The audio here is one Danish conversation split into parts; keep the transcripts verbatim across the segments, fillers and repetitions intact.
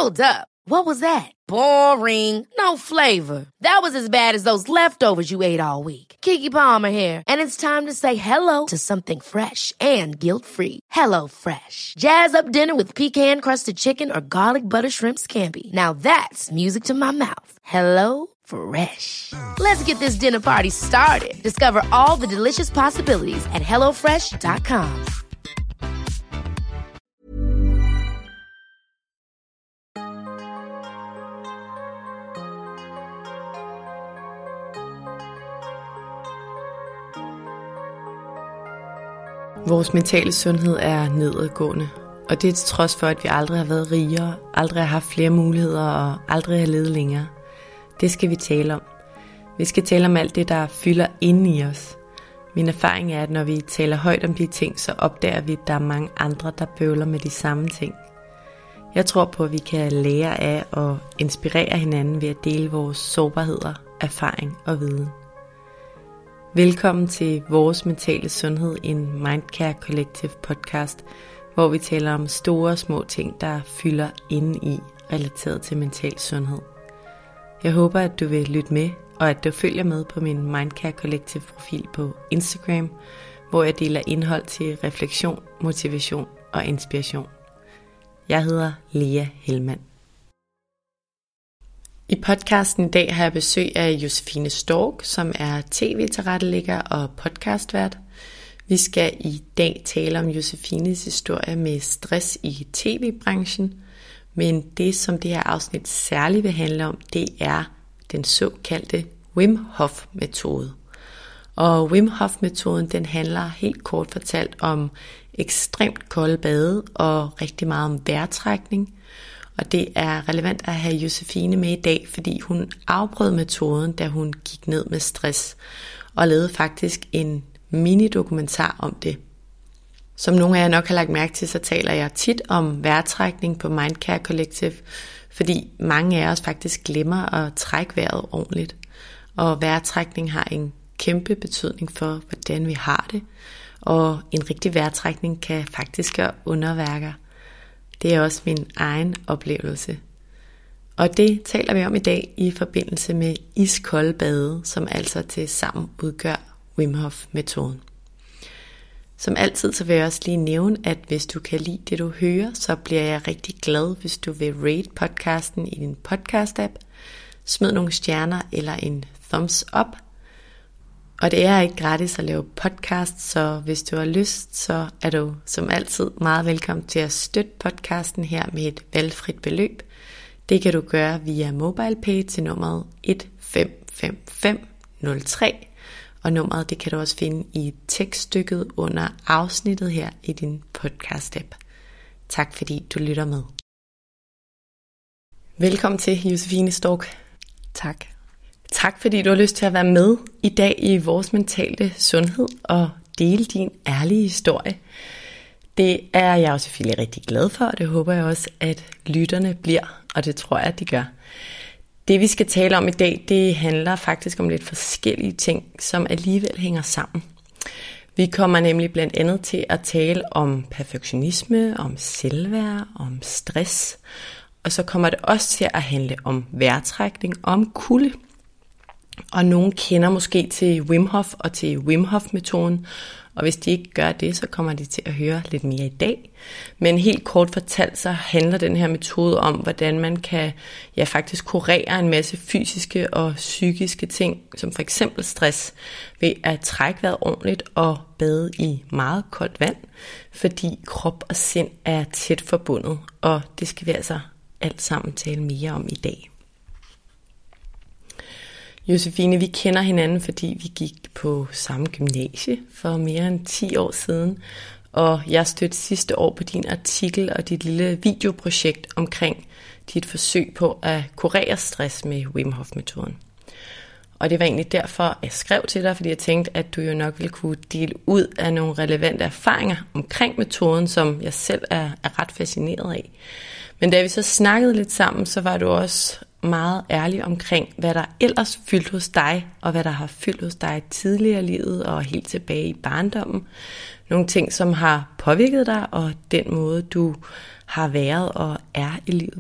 Hold up. What was that? Boring. No flavor. That was as bad as those leftovers you ate all week. Keke Palmer here, and it's time to say hello to something fresh and guilt-free. Hello Fresh. Jazz up dinner with pecan-crusted chicken or garlic butter shrimp scampi. Now that's music to my mouth. Hello Fresh. Let's get this dinner party started. Discover all the delicious possibilities at hello fresh dot com. Vores mentale sundhed er nedadgående, og det er til trods for, at vi aldrig har været rigere, aldrig har haft flere muligheder og aldrig har levet længere. Det skal vi tale om. Vi skal tale om alt det, der fylder inde i os. Min erfaring er, at når vi taler højt om de ting, så opdager vi, at der er mange andre, der bøvler med de samme ting. Jeg tror på, at vi kan lære af og inspirere hinanden ved at dele vores sårbarheder, erfaring og viden. Velkommen til Vores Mentale Sundhed, en Mindcare Collective podcast, hvor vi taler om store og små ting, der fylder inde i relateret til mental sundhed. Jeg håber, at du vil lytte med, og at du følger med på min Mindcare Collective profil på Instagram, hvor jeg deler indhold til refleksion, motivation og inspiration. Jeg hedder Lea Hellmann. I podcasten i dag har jeg besøg af Josefine Stork, som er tv-tilrettelægger og podcastvært. Vi skal i dag tale om Josefines historie med stress i tv-branchen, men det, som det her afsnit særligt vil handle om, det er den såkaldte Wim Hof-metode. Og Wim Hof-metoden, den handler helt kort fortalt om ekstremt kolde bade og rigtig meget om vejrtrækning. Og det er relevant at have Josefine med i dag, fordi hun afbrød metoden, da hun gik ned med stress, og lavede faktisk en mini-dokumentar om det. Som nogle af jer nok har lagt mærke til, så taler jeg tit om vejrtrækning på Mindcare Collective, fordi mange af os faktisk glemmer at trække vejret ordentligt. Og vejrtrækning har en kæmpe betydning for, hvordan vi har det, og en rigtig vejrtrækning kan faktisk gøre underværker. Det er også min egen oplevelse. Og det taler vi om i dag i forbindelse med iskolde bade, som altså til sammen udgør Wim Hof-metoden. Som altid så vil jeg også lige nævne, at hvis du kan lide det du hører, så bliver jeg rigtig glad, hvis du vil rate podcasten i din podcast-app. Smid nogle stjerner eller en thumbs up. Og det er ikke gratis at lave podcast, så hvis du har lyst, så er du som altid meget velkommen til at støtte podcasten her med et valgfrit beløb. Det kan du gøre via MobilePay til nummeret et fem fem fem nul tre, og nummeret det kan du også finde i tekststykket under afsnittet her i din podcast-app. Tak fordi du lytter med. Velkommen til Josefine Stork. Tak. Tak fordi du har lyst til at være med i dag i Vores Mentale Sundhed og dele din ærlige historie. Det er jeg jo selvfølgelig rigtig glad for, og det håber jeg også, at lytterne bliver, og det tror jeg, at de gør. Det vi skal tale om i dag, det handler faktisk om lidt forskellige ting, som alligevel hænger sammen. Vi kommer nemlig blandt andet til at tale om perfektionisme, om selvværd, om stress, og så kommer det også til at handle om vejrtrækning og om kulde. Og nogen kender måske til Wim Hof og til Wim Hof-metoden, og hvis de ikke gør det, så kommer de til at høre lidt mere i dag. Men helt kort fortalt, så handler den her metode om, hvordan man kan ja, faktisk kurere en masse fysiske og psykiske ting, som for eksempel stress, ved at trække vejret ordentligt og bade i meget koldt vand, fordi krop og sind er tæt forbundet, og det skal vi altså alt sammen tale mere om i dag. Josefine, vi kender hinanden, fordi vi gik på samme gymnasie for mere end ti år siden, og jeg stødte sidste år på din artikel og dit lille videoprojekt omkring dit forsøg på at kurere stress med Wim Hof-metoden. Og det var egentlig derfor, jeg skrev til dig, fordi jeg tænkte, at du jo nok ville kunne dele ud af nogle relevante erfaringer omkring metoden, som jeg selv er, er ret fascineret af. Men da vi så snakkede lidt sammen, så var du også meget ærlig omkring, hvad der ellers fyldt hos dig, og hvad der har fyldt hos dig tidligere i livet og helt tilbage i barndommen. Nogle ting, som har påvirket dig, og den måde, du har været og er i livet på.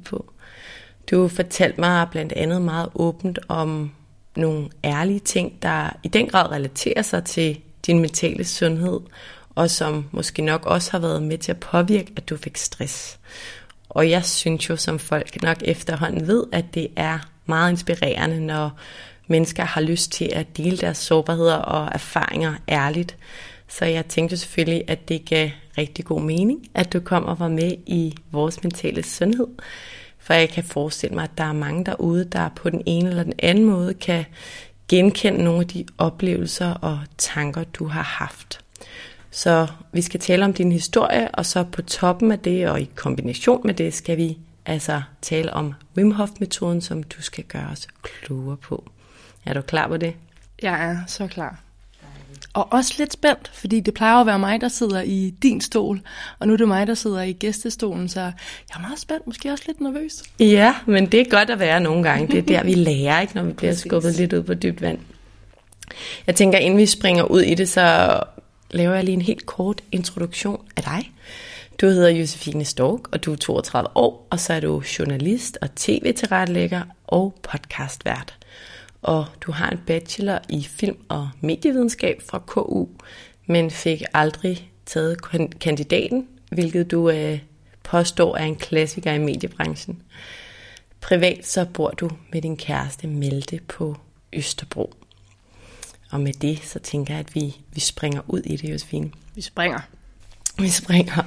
Du fortalte mig blandt andet meget åbent om nogle ærlige ting, der i den grad relaterer sig til din mentale sundhed, og som måske nok også har været med til at påvirke, at du fik stress. Og jeg synes jo, som folk nok efterhånden ved, at det er meget inspirerende, når mennesker har lyst til at dele deres sårbarheder og erfaringer ærligt. Så jeg tænkte selvfølgelig, at det gav rigtig god mening, at du kom og var med i vores mentale sundhed. For jeg kan forestille mig, at der er mange derude, der på den ene eller den anden måde kan genkende nogle af de oplevelser og tanker, du har haft. Så vi skal tale om din historie, og så på toppen af det og i kombination med det, skal vi altså tale om Wim Hof-metoden, som du skal gøre os klogere på. Er du klar på det? Jeg er så klar. Og også lidt spændt, fordi det plejer at være mig, der sidder i din stol, og nu er det mig, der sidder i gæstestolen, så jeg er meget spændt, måske også lidt nervøs. Ja, men det er godt at være nogle gange. Det er der, vi lærer, ikke, når vi bliver skubbet lidt ud på dybt vand. Jeg tænker, inden vi springer ud i det, så laver jeg lige en helt kort introduktion af dig. Du hedder Josefine Stork, og du er toogtredive år, og så er du journalist og tv-tilrettelægger og podcastvært. Og du har en bachelor i film- og medievidenskab fra K U, men fik aldrig taget kandidaten, hvilket du øh, påstår er en klassiker i mediebranchen. Privat så bor du med din kæreste Melde på Østerbro. Og med det, så tænker jeg, at vi, vi springer ud i det, Josefine. Vi springer. Vi springer.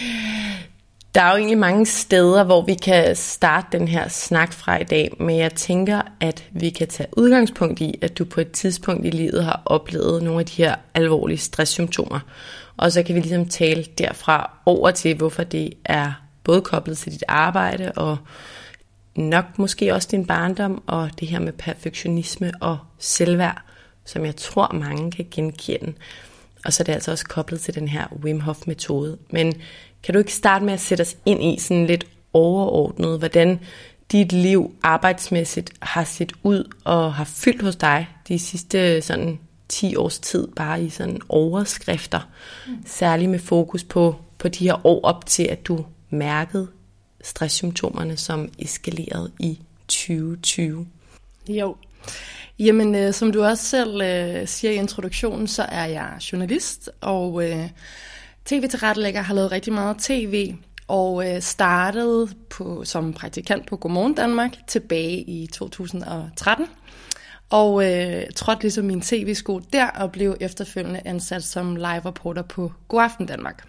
Der er jo egentlig mange steder, hvor vi kan starte den her snak fra i dag, men jeg tænker, at vi kan tage udgangspunkt i, at du på et tidspunkt i livet har oplevet nogle af de her alvorlige stresssymptomer. Og så kan vi ligesom tale derfra over til, hvorfor det er både koblet til dit arbejde, og nok måske også din barndom, og det her med perfektionisme og selvværd, som jeg tror mange kan genkende. Og så er det altså også koblet til den her Wim Hof-metode. Men kan du ikke starte med at sætte os ind i sådan lidt overordnet, hvordan dit liv arbejdsmæssigt har set ud og har fyldt hos dig de sidste sådan ti års tid, bare i sådan overskrifter, mm. særligt med fokus på, på de her år op til, at du mærkede stresssymptomerne, som eskalerede i tyve tyve. Jo, jamen øh, som du også selv øh, siger i introduktionen, så er jeg journalist og øh, tv-tilrettelægger, har lavet rigtig meget tv, og øh, startede på, som praktikant på Godmorgen Danmark tilbage i to tusind og tretten. Og øh, trådte ligesom min tv-sko der, og blev efterfølgende ansat som live-reporter på Godaften Danmark.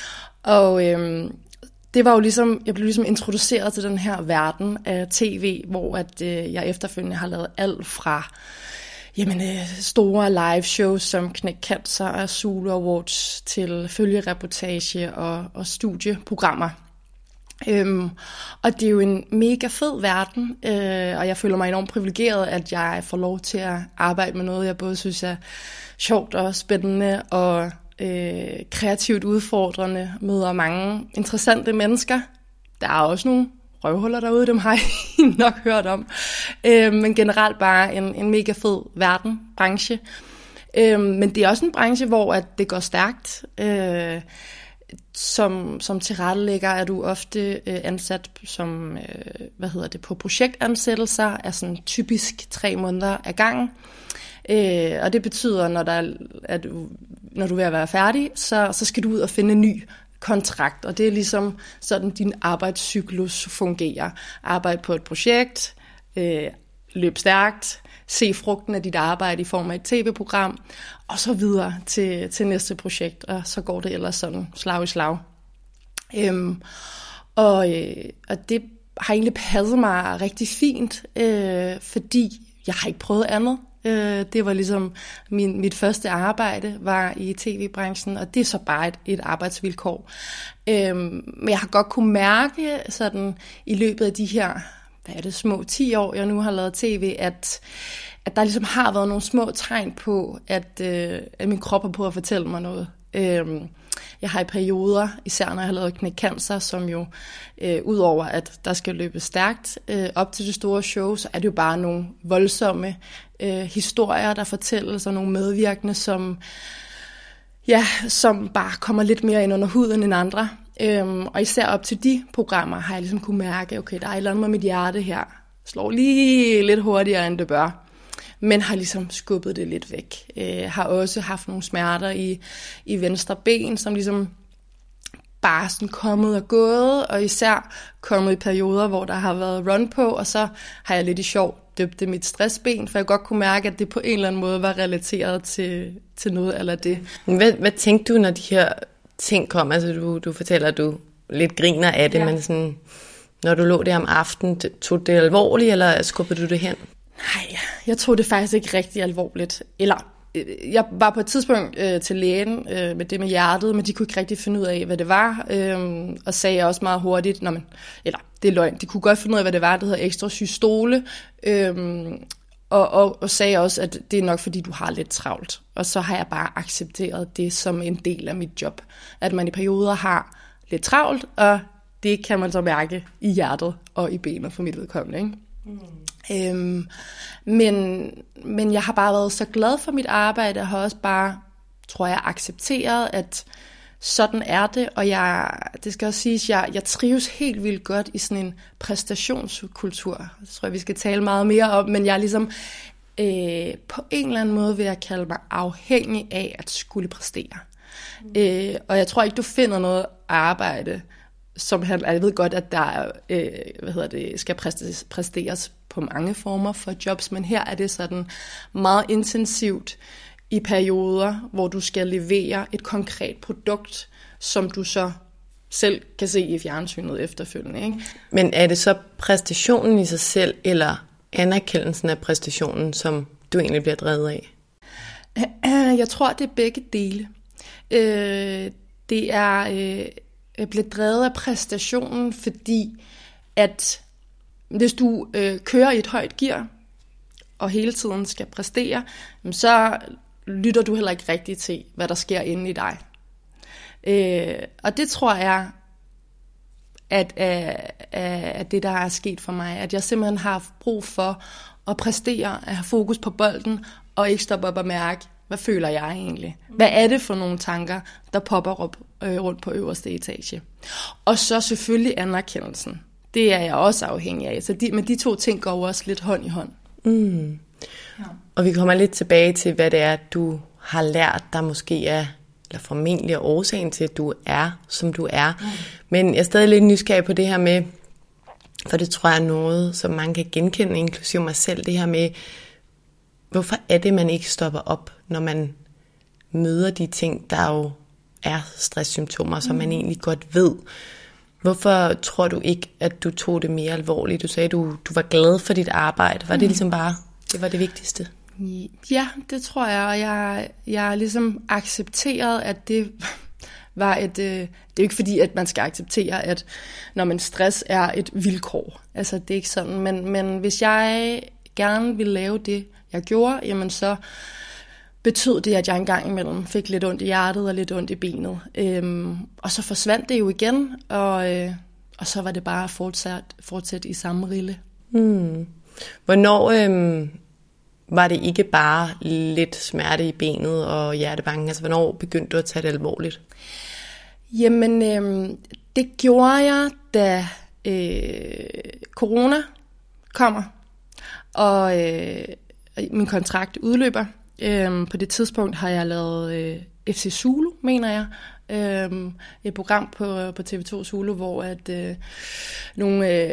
Og øh, det var jo ligesom, jeg blev ligesom introduceret til den her verden af tv, hvor at, øh, jeg efterfølgende har lavet alt fra jamen, øh, store live shows som Knæk Cancer og Zulu Awards til følgereportage og, og studieprogrammer. Øhm, og det er jo en mega fed verden, øh, og jeg føler mig enormt privilegeret, at jeg får lov til at arbejde med noget, jeg både synes er sjovt og spændende og øh, kreativt udfordrende, møder mange interessante mennesker. Der er også nogle røvhuller derude, dem har I nok hørt om, øh, men generelt bare en, en mega fed verden, branche. Øh, men det er også en branche, hvor at det går stærkt. Øh, Som, som tilrettelægger er du ofte øh, ansat som, øh, hvad hedder det, på projektansættelser, er sådan typisk tre måneder ad gangen. Øh, og det betyder, når, der, at du, når du er ved at være færdig, så, så skal du ud og finde en ny kontrakt. Og det er ligesom sådan, din arbejdscyklus fungerer. Arbejde på et projekt, øh, løb stærkt, se frugten af dit arbejde i form af et tv-program, og så videre til, til næste projekt, og så går det ellers sådan slag i slag. Øhm, og, øh, og det har egentlig passet mig rigtig fint, øh, fordi jeg har ikke prøvet andet. Øh, det var ligesom min, mit første arbejde var i tv-branchen, og det er så bare et, et arbejdsvilkår. Øh, men jeg har godt kunne mærke sådan i løbet af de her hvad er det, små ti år, jeg nu har lavet tv, at, at der ligesom har været nogle små tegn på, at, øh, at min krop er på at fortælle mig noget. Øh, jeg har i perioder, især når jeg har lavet Knæk Cancer, som jo, øh, udover at der skal løbe stærkt øh, op til det store show, så er det jo bare nogle voldsomme øh, historier, der fortælles, og nogle medvirkende, som, ja, som bare kommer lidt mere ind under huden end andre. Øhm, og især op til de programmer har jeg ligesom kunne mærke, okay, der er et eller andet med mit hjerte her. Slår lige lidt hurtigere, end det bør. Men har ligesom skubbet det lidt væk. Øh, har også haft nogle smerter i, i venstre ben, som ligesom bare sådan kommet og gået, og især kommet i perioder, hvor der har været run på, og så har jeg lidt i sjov døbt det mit stressben, for jeg godt kunne mærke, at det på en eller anden måde var relateret til, til noget eller det. Hvad, hvad tænkte du, når de her ting kom? Altså du, du fortæller, at du lidt griner af det, ja. Men sådan, når du lå der om aftenen, tog det alvorligt, eller skubbede du det hen? Nej, jeg tog det faktisk ikke rigtig alvorligt. Eller, jeg var på et tidspunkt øh, til lægen øh, med det med hjertet, men de kunne ikke rigtig finde ud af, hvad det var. Øh, og sagde også meget hurtigt, når man, eller det er løgn, de kunne godt finde ud af, hvad det var, det hedder ekstra systole. Øh, og, og, og sagde også, at det er nok, fordi du har lidt travlt. Og så har jeg bare accepteret det som en del af mit job. At man i perioder har lidt travlt, og det kan man så mærke i hjertet og i benet for mit vedkommende, ikke? Mm. Øhm, men, men jeg har bare været så glad for mit arbejde, og har også bare, tror jeg, accepteret, at sådan er det, og jeg, det skal også siges, jeg, jeg trives helt vildt godt i sådan en præstationskultur. Det tror jeg, vi skal tale meget mere om, men jeg er ligesom øh, på en eller anden måde vil jeg kalde mig afhængig af at skulle præstere. Mm. Øh, og jeg tror ikke, du finder noget arbejde, som han, jeg ved godt, at der øh, hvad hedder det, skal præsteres, præsteres på mange former for jobs, men her er det sådan meget intensivt i perioder, hvor du skal levere et konkret produkt, som du så selv kan se i fjernsynet efterfølgende, ikke? Men er det så præstationen i sig selv, eller anerkendelsen af præstationen, som du egentlig bliver drevet af? Jeg tror, det er begge dele. Øh, det er... Øh, Jeg bliver drevet af præstationen, fordi at hvis du øh, kører i et højt gear, og hele tiden skal præstere, så lytter du heller ikke rigtigt til, hvad der sker inde i dig. Øh, og det tror jeg, at, at, at det, der er sket for mig, at jeg simpelthen har haft brug for at præstere, at have fokus på bolden, og ikke stoppe op og mærke, hvad føler jeg egentlig? Hvad er det for nogle tanker, der popper op øh, rundt på øverste etage? Og så selvfølgelig anerkendelsen. Det er jeg også afhængig af. Så de, men de to ting går også lidt hånd i hånd. Mm. Ja. Og vi kommer lidt tilbage til, hvad det er, du har lært, der måske er, eller formentlig er årsagen til, at du er, som du er. Mm. Men jeg er stadig lidt nysgerrig på det her med, for det tror jeg er noget, som man kan genkende, inklusive mig selv, det her med, hvorfor er det, man ikke stopper op, når man møder de ting, der jo er stresssymptomer, som man egentlig godt ved? Hvorfor tror du ikke, at du tog det mere alvorligt? Du sagde, du du var glad for dit arbejde. Var det ligesom bare, det var det vigtigste? Ja, det tror jeg, og jeg jeg har ligesom accepteret, at det var et... Øh, det er jo ikke fordi, at man skal acceptere, at når man stress er et vilkår. Altså, det er ikke sådan, men, men hvis jeg gerne ville lave det, jeg gjorde, jamen så betød det, at jeg engang imellem fik lidt ondt i hjertet og lidt ondt i benet. Øhm, og så forsvandt det jo igen, og, øh, og så var det bare fortsat, fortsat i samme rille. Hmm. Hvornår øh, var det ikke bare lidt smerte i benet og hjertebanken? Altså, hvornår begyndte du at tage det alvorligt? Jamen, øh, det gjorde jeg, da øh, corona kommer, og øh, min kontrakt udløber. Øhm, på det tidspunkt har jeg lavet øh, F C Zulu, mener jeg. Øhm, et program på, på T V to Zulu, hvor at øh, nogle øh,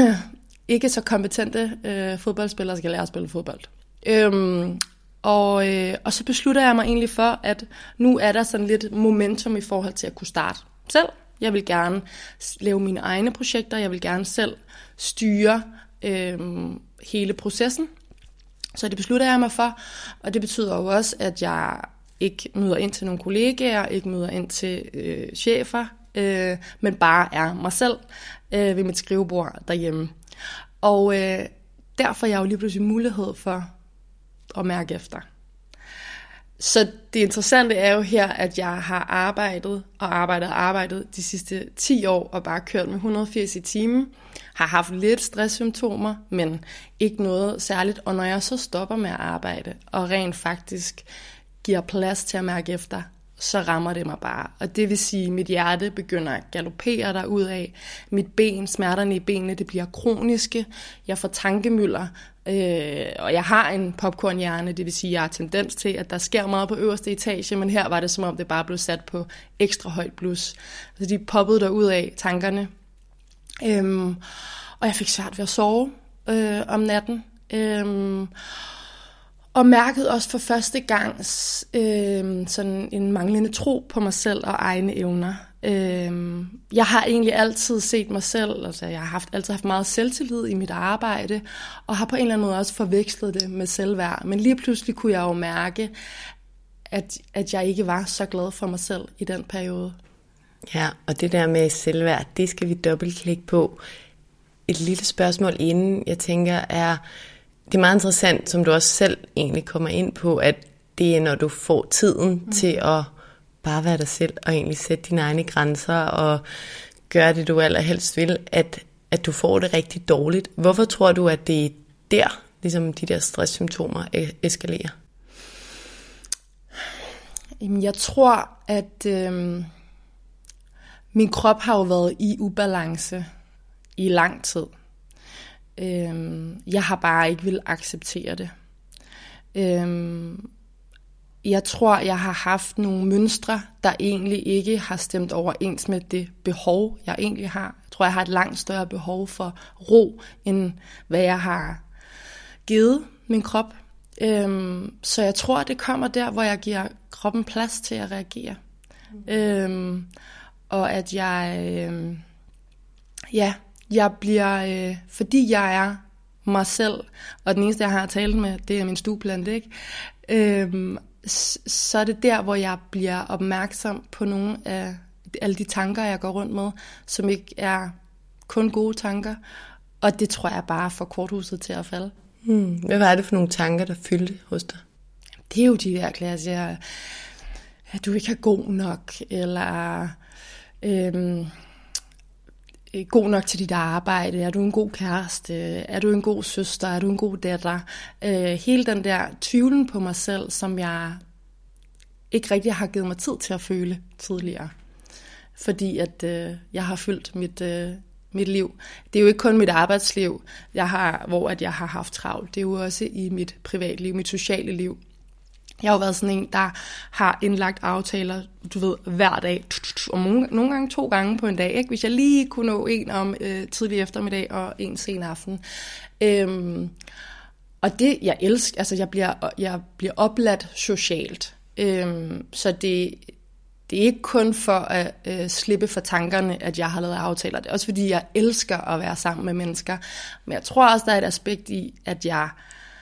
ikke så kompetente øh, fodboldspillere skal lære at spille fodbold. Øhm, og, øh, og så beslutter jeg mig egentlig for, at nu er der sådan lidt momentum i forhold til at kunne starte selv. Jeg vil gerne lave mine egne projekter, jeg vil gerne selv styre øh, hele processen. Så det beslutter jeg mig for, og det betyder jo også, at jeg ikke møder ind til nogle kollegaer, ikke møder ind til øh, chefer, øh, men bare er mig selv øh, ved mit skrivebord derhjemme. Og øh, derfor er jeg jo lige pludselig mulighed for at mærke efter. Så det interessante er jo her, at jeg har arbejdet og arbejdet og arbejdet de sidste ti år og bare kørt med et hundrede og firs i timen. Har haft lidt stresssymptomer, men ikke noget særligt. Og når jeg så stopper med at arbejde og rent faktisk giver plads til at mærke efter, så rammer det mig bare. Og det vil sige, at mit hjerte begynder at galopere derudad. Mit ben, smerterne i benene, det bliver kroniske. Jeg får tankemylder, øh, og jeg har en popcornhjerne, det vil sige, at jeg har tendens til, at der sker meget på øverste etage, men her var det som om, det bare blev sat på ekstra højt blus. Så de poppede derudad, tankerne. Øhm, og jeg fik svært ved at sove øh, om natten. Øhm, Og mærkede også for første gang øh, sådan en manglende tro på mig selv og egne evner. Øh, jeg har egentlig altid set mig selv, altså jeg har haft, altid haft meget selvtillid i mit arbejde, og har på en eller anden måde også forvekslet det med selvværd. Men lige pludselig kunne jeg jo mærke, at, at jeg ikke var så glad for mig selv i den periode. Ja, og det der med selvværd, det skal vi dobbeltklikke på. Et lille spørgsmål inden, jeg tænker, er... Det er meget interessant, som du også selv egentlig kommer ind på, at det er, når du får tiden mm. til at bare være dig selv, og egentlig sætte dine egne grænser, og gøre det, du allerhelst vil, at, at du får det rigtig dårligt. Hvorfor tror du, at det er der, ligesom de der stresssymptomer eskalerer? Jamen, jeg tror, at øh, min krop har jo været i ubalance i lang tid. Jeg har bare ikke vil acceptere det. Jeg tror, jeg har haft nogle mønstre, der egentlig ikke har stemt overens med det behov, jeg egentlig har. Jeg tror, jeg har et langt større behov for ro, end hvad jeg har givet min krop. Så jeg tror, det kommer der, hvor jeg giver kroppen plads til at reagere. Mm. Og at jeg... Ja... Jeg bliver, øh, fordi jeg er mig selv, og den eneste, jeg har talt med, det er min stueplante, ikke? Øhm, så er det der, hvor jeg bliver opmærksom på nogle af alle de tanker, jeg går rundt med, som ikke er kun gode tanker, og det tror jeg bare får korthuset til at falde. Hmm. Hvad var det for nogle tanker, der fyldte hos dig? Det er jo de der klasser, at du ikke er god nok, eller... Øhm, god nok til dit arbejde, er du en god kæreste, er du en god søster, er du en god datter. Øh, hele den der tvivlen på mig selv, som jeg ikke rigtig har givet mig tid til at føle tidligere. Fordi at øh, jeg har fyldt mit, øh, mit liv. Det er jo ikke kun mit arbejdsliv, jeg har, hvor at jeg har haft travlt. Det er jo også i mit privatliv, mit sociale liv. Jeg har jo været sådan en, der har indlagt aftaler, du ved, hver dag, og nogle gange to gange på en dag, ikke? Hvis jeg lige kunne nå en om øh, tidlig eftermiddag og en sen aften. Øhm, og det, jeg elsker, altså jeg bliver, jeg bliver opladt socialt. Øhm, så det, det er ikke kun for at øh, slippe for tankerne, at jeg har lavet aftaler. Det er også fordi, jeg elsker at være sammen med mennesker. Men jeg tror også, der er et aspekt i, at jeg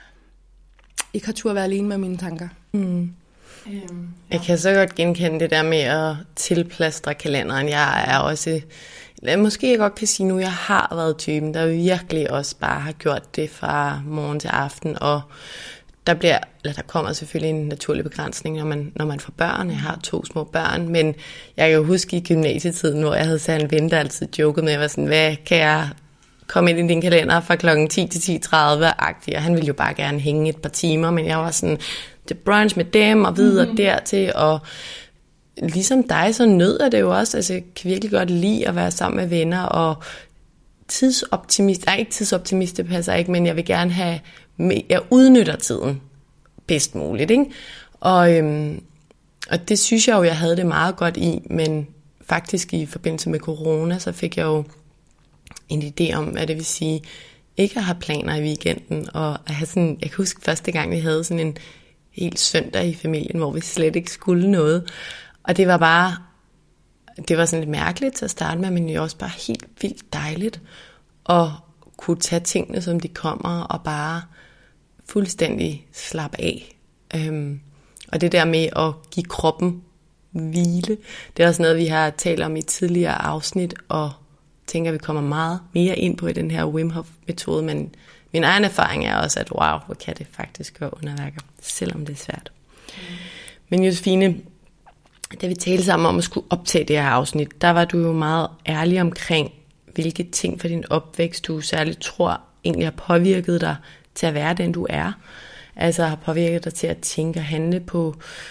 ikke har tur at være alene med mine tanker. Mm. Øhm, ja. Jeg kan så godt genkende det der med at tilplastre kalenderen. Jeg er også, måske jeg godt kan sige nu, jeg har været typen, der virkelig også bare har gjort det fra morgen til aften, og der bliver, eller der kommer selvfølgelig en naturlig begrænsning, når man, når man får børn. Jeg har to små børn, men jeg kan jo huske i gymnasietiden, hvor jeg havde sat en ven, der altid joket med, at jeg var sådan, hvad kan jeg komme ind i din kalender fra klokken ti til ti tredive-agtigt, og han ville jo bare gerne hænge et par timer, men jeg var sådan, det brunch med dem, og videre mm-hmm. dertil, og ligesom dig, så nød det jo også, altså jeg kan virkelig godt lide at være sammen med venner, og tidsoptimist, nej ikke tidsoptimist, det passer ikke, men jeg vil gerne have, jeg udnytter tiden bedst muligt, ikke? Og, øhm, og det synes jeg jo, jeg havde det meget godt i, men faktisk i forbindelse med corona, så fik jeg jo en idé om, hvad det vil sige, ikke at have planer i weekenden, og at have sådan, jeg kan huske første gang, vi havde sådan en helt søndag i familien, hvor vi slet ikke skulle noget, og det var bare, det var sådan lidt mærkeligt til at starte med, men det var også bare helt vildt dejligt, at kunne tage tingene, som de kommer, og bare fuldstændig slappe af. Øhm, og det der med at give kroppen hvile, det er også noget, vi har talt om i tidligere afsnit, og tænker, vi kommer meget mere ind på i den her Wim Hof-metode, men min egen erfaring er også, at wow, hvor kan det faktisk gøre underværker, selvom det er svært. Mm. Men Josefine, da vi talte sammen om at skulle optage det her afsnit, der var du jo meget ærlig omkring, hvilke ting for din opvækst, du særligt tror, egentlig har påvirket dig til at være den, du er. Altså har påvirket dig til at tænke og handle på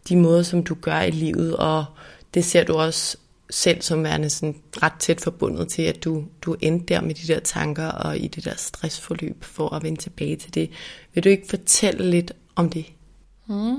de måder, som du gør i livet, og det ser du også selv som værende sådan ret tæt forbundet til, at du, du endte der med de der tanker og i det der stressforløb for at vende tilbage til det. Vil du ikke fortælle lidt om det? Mm.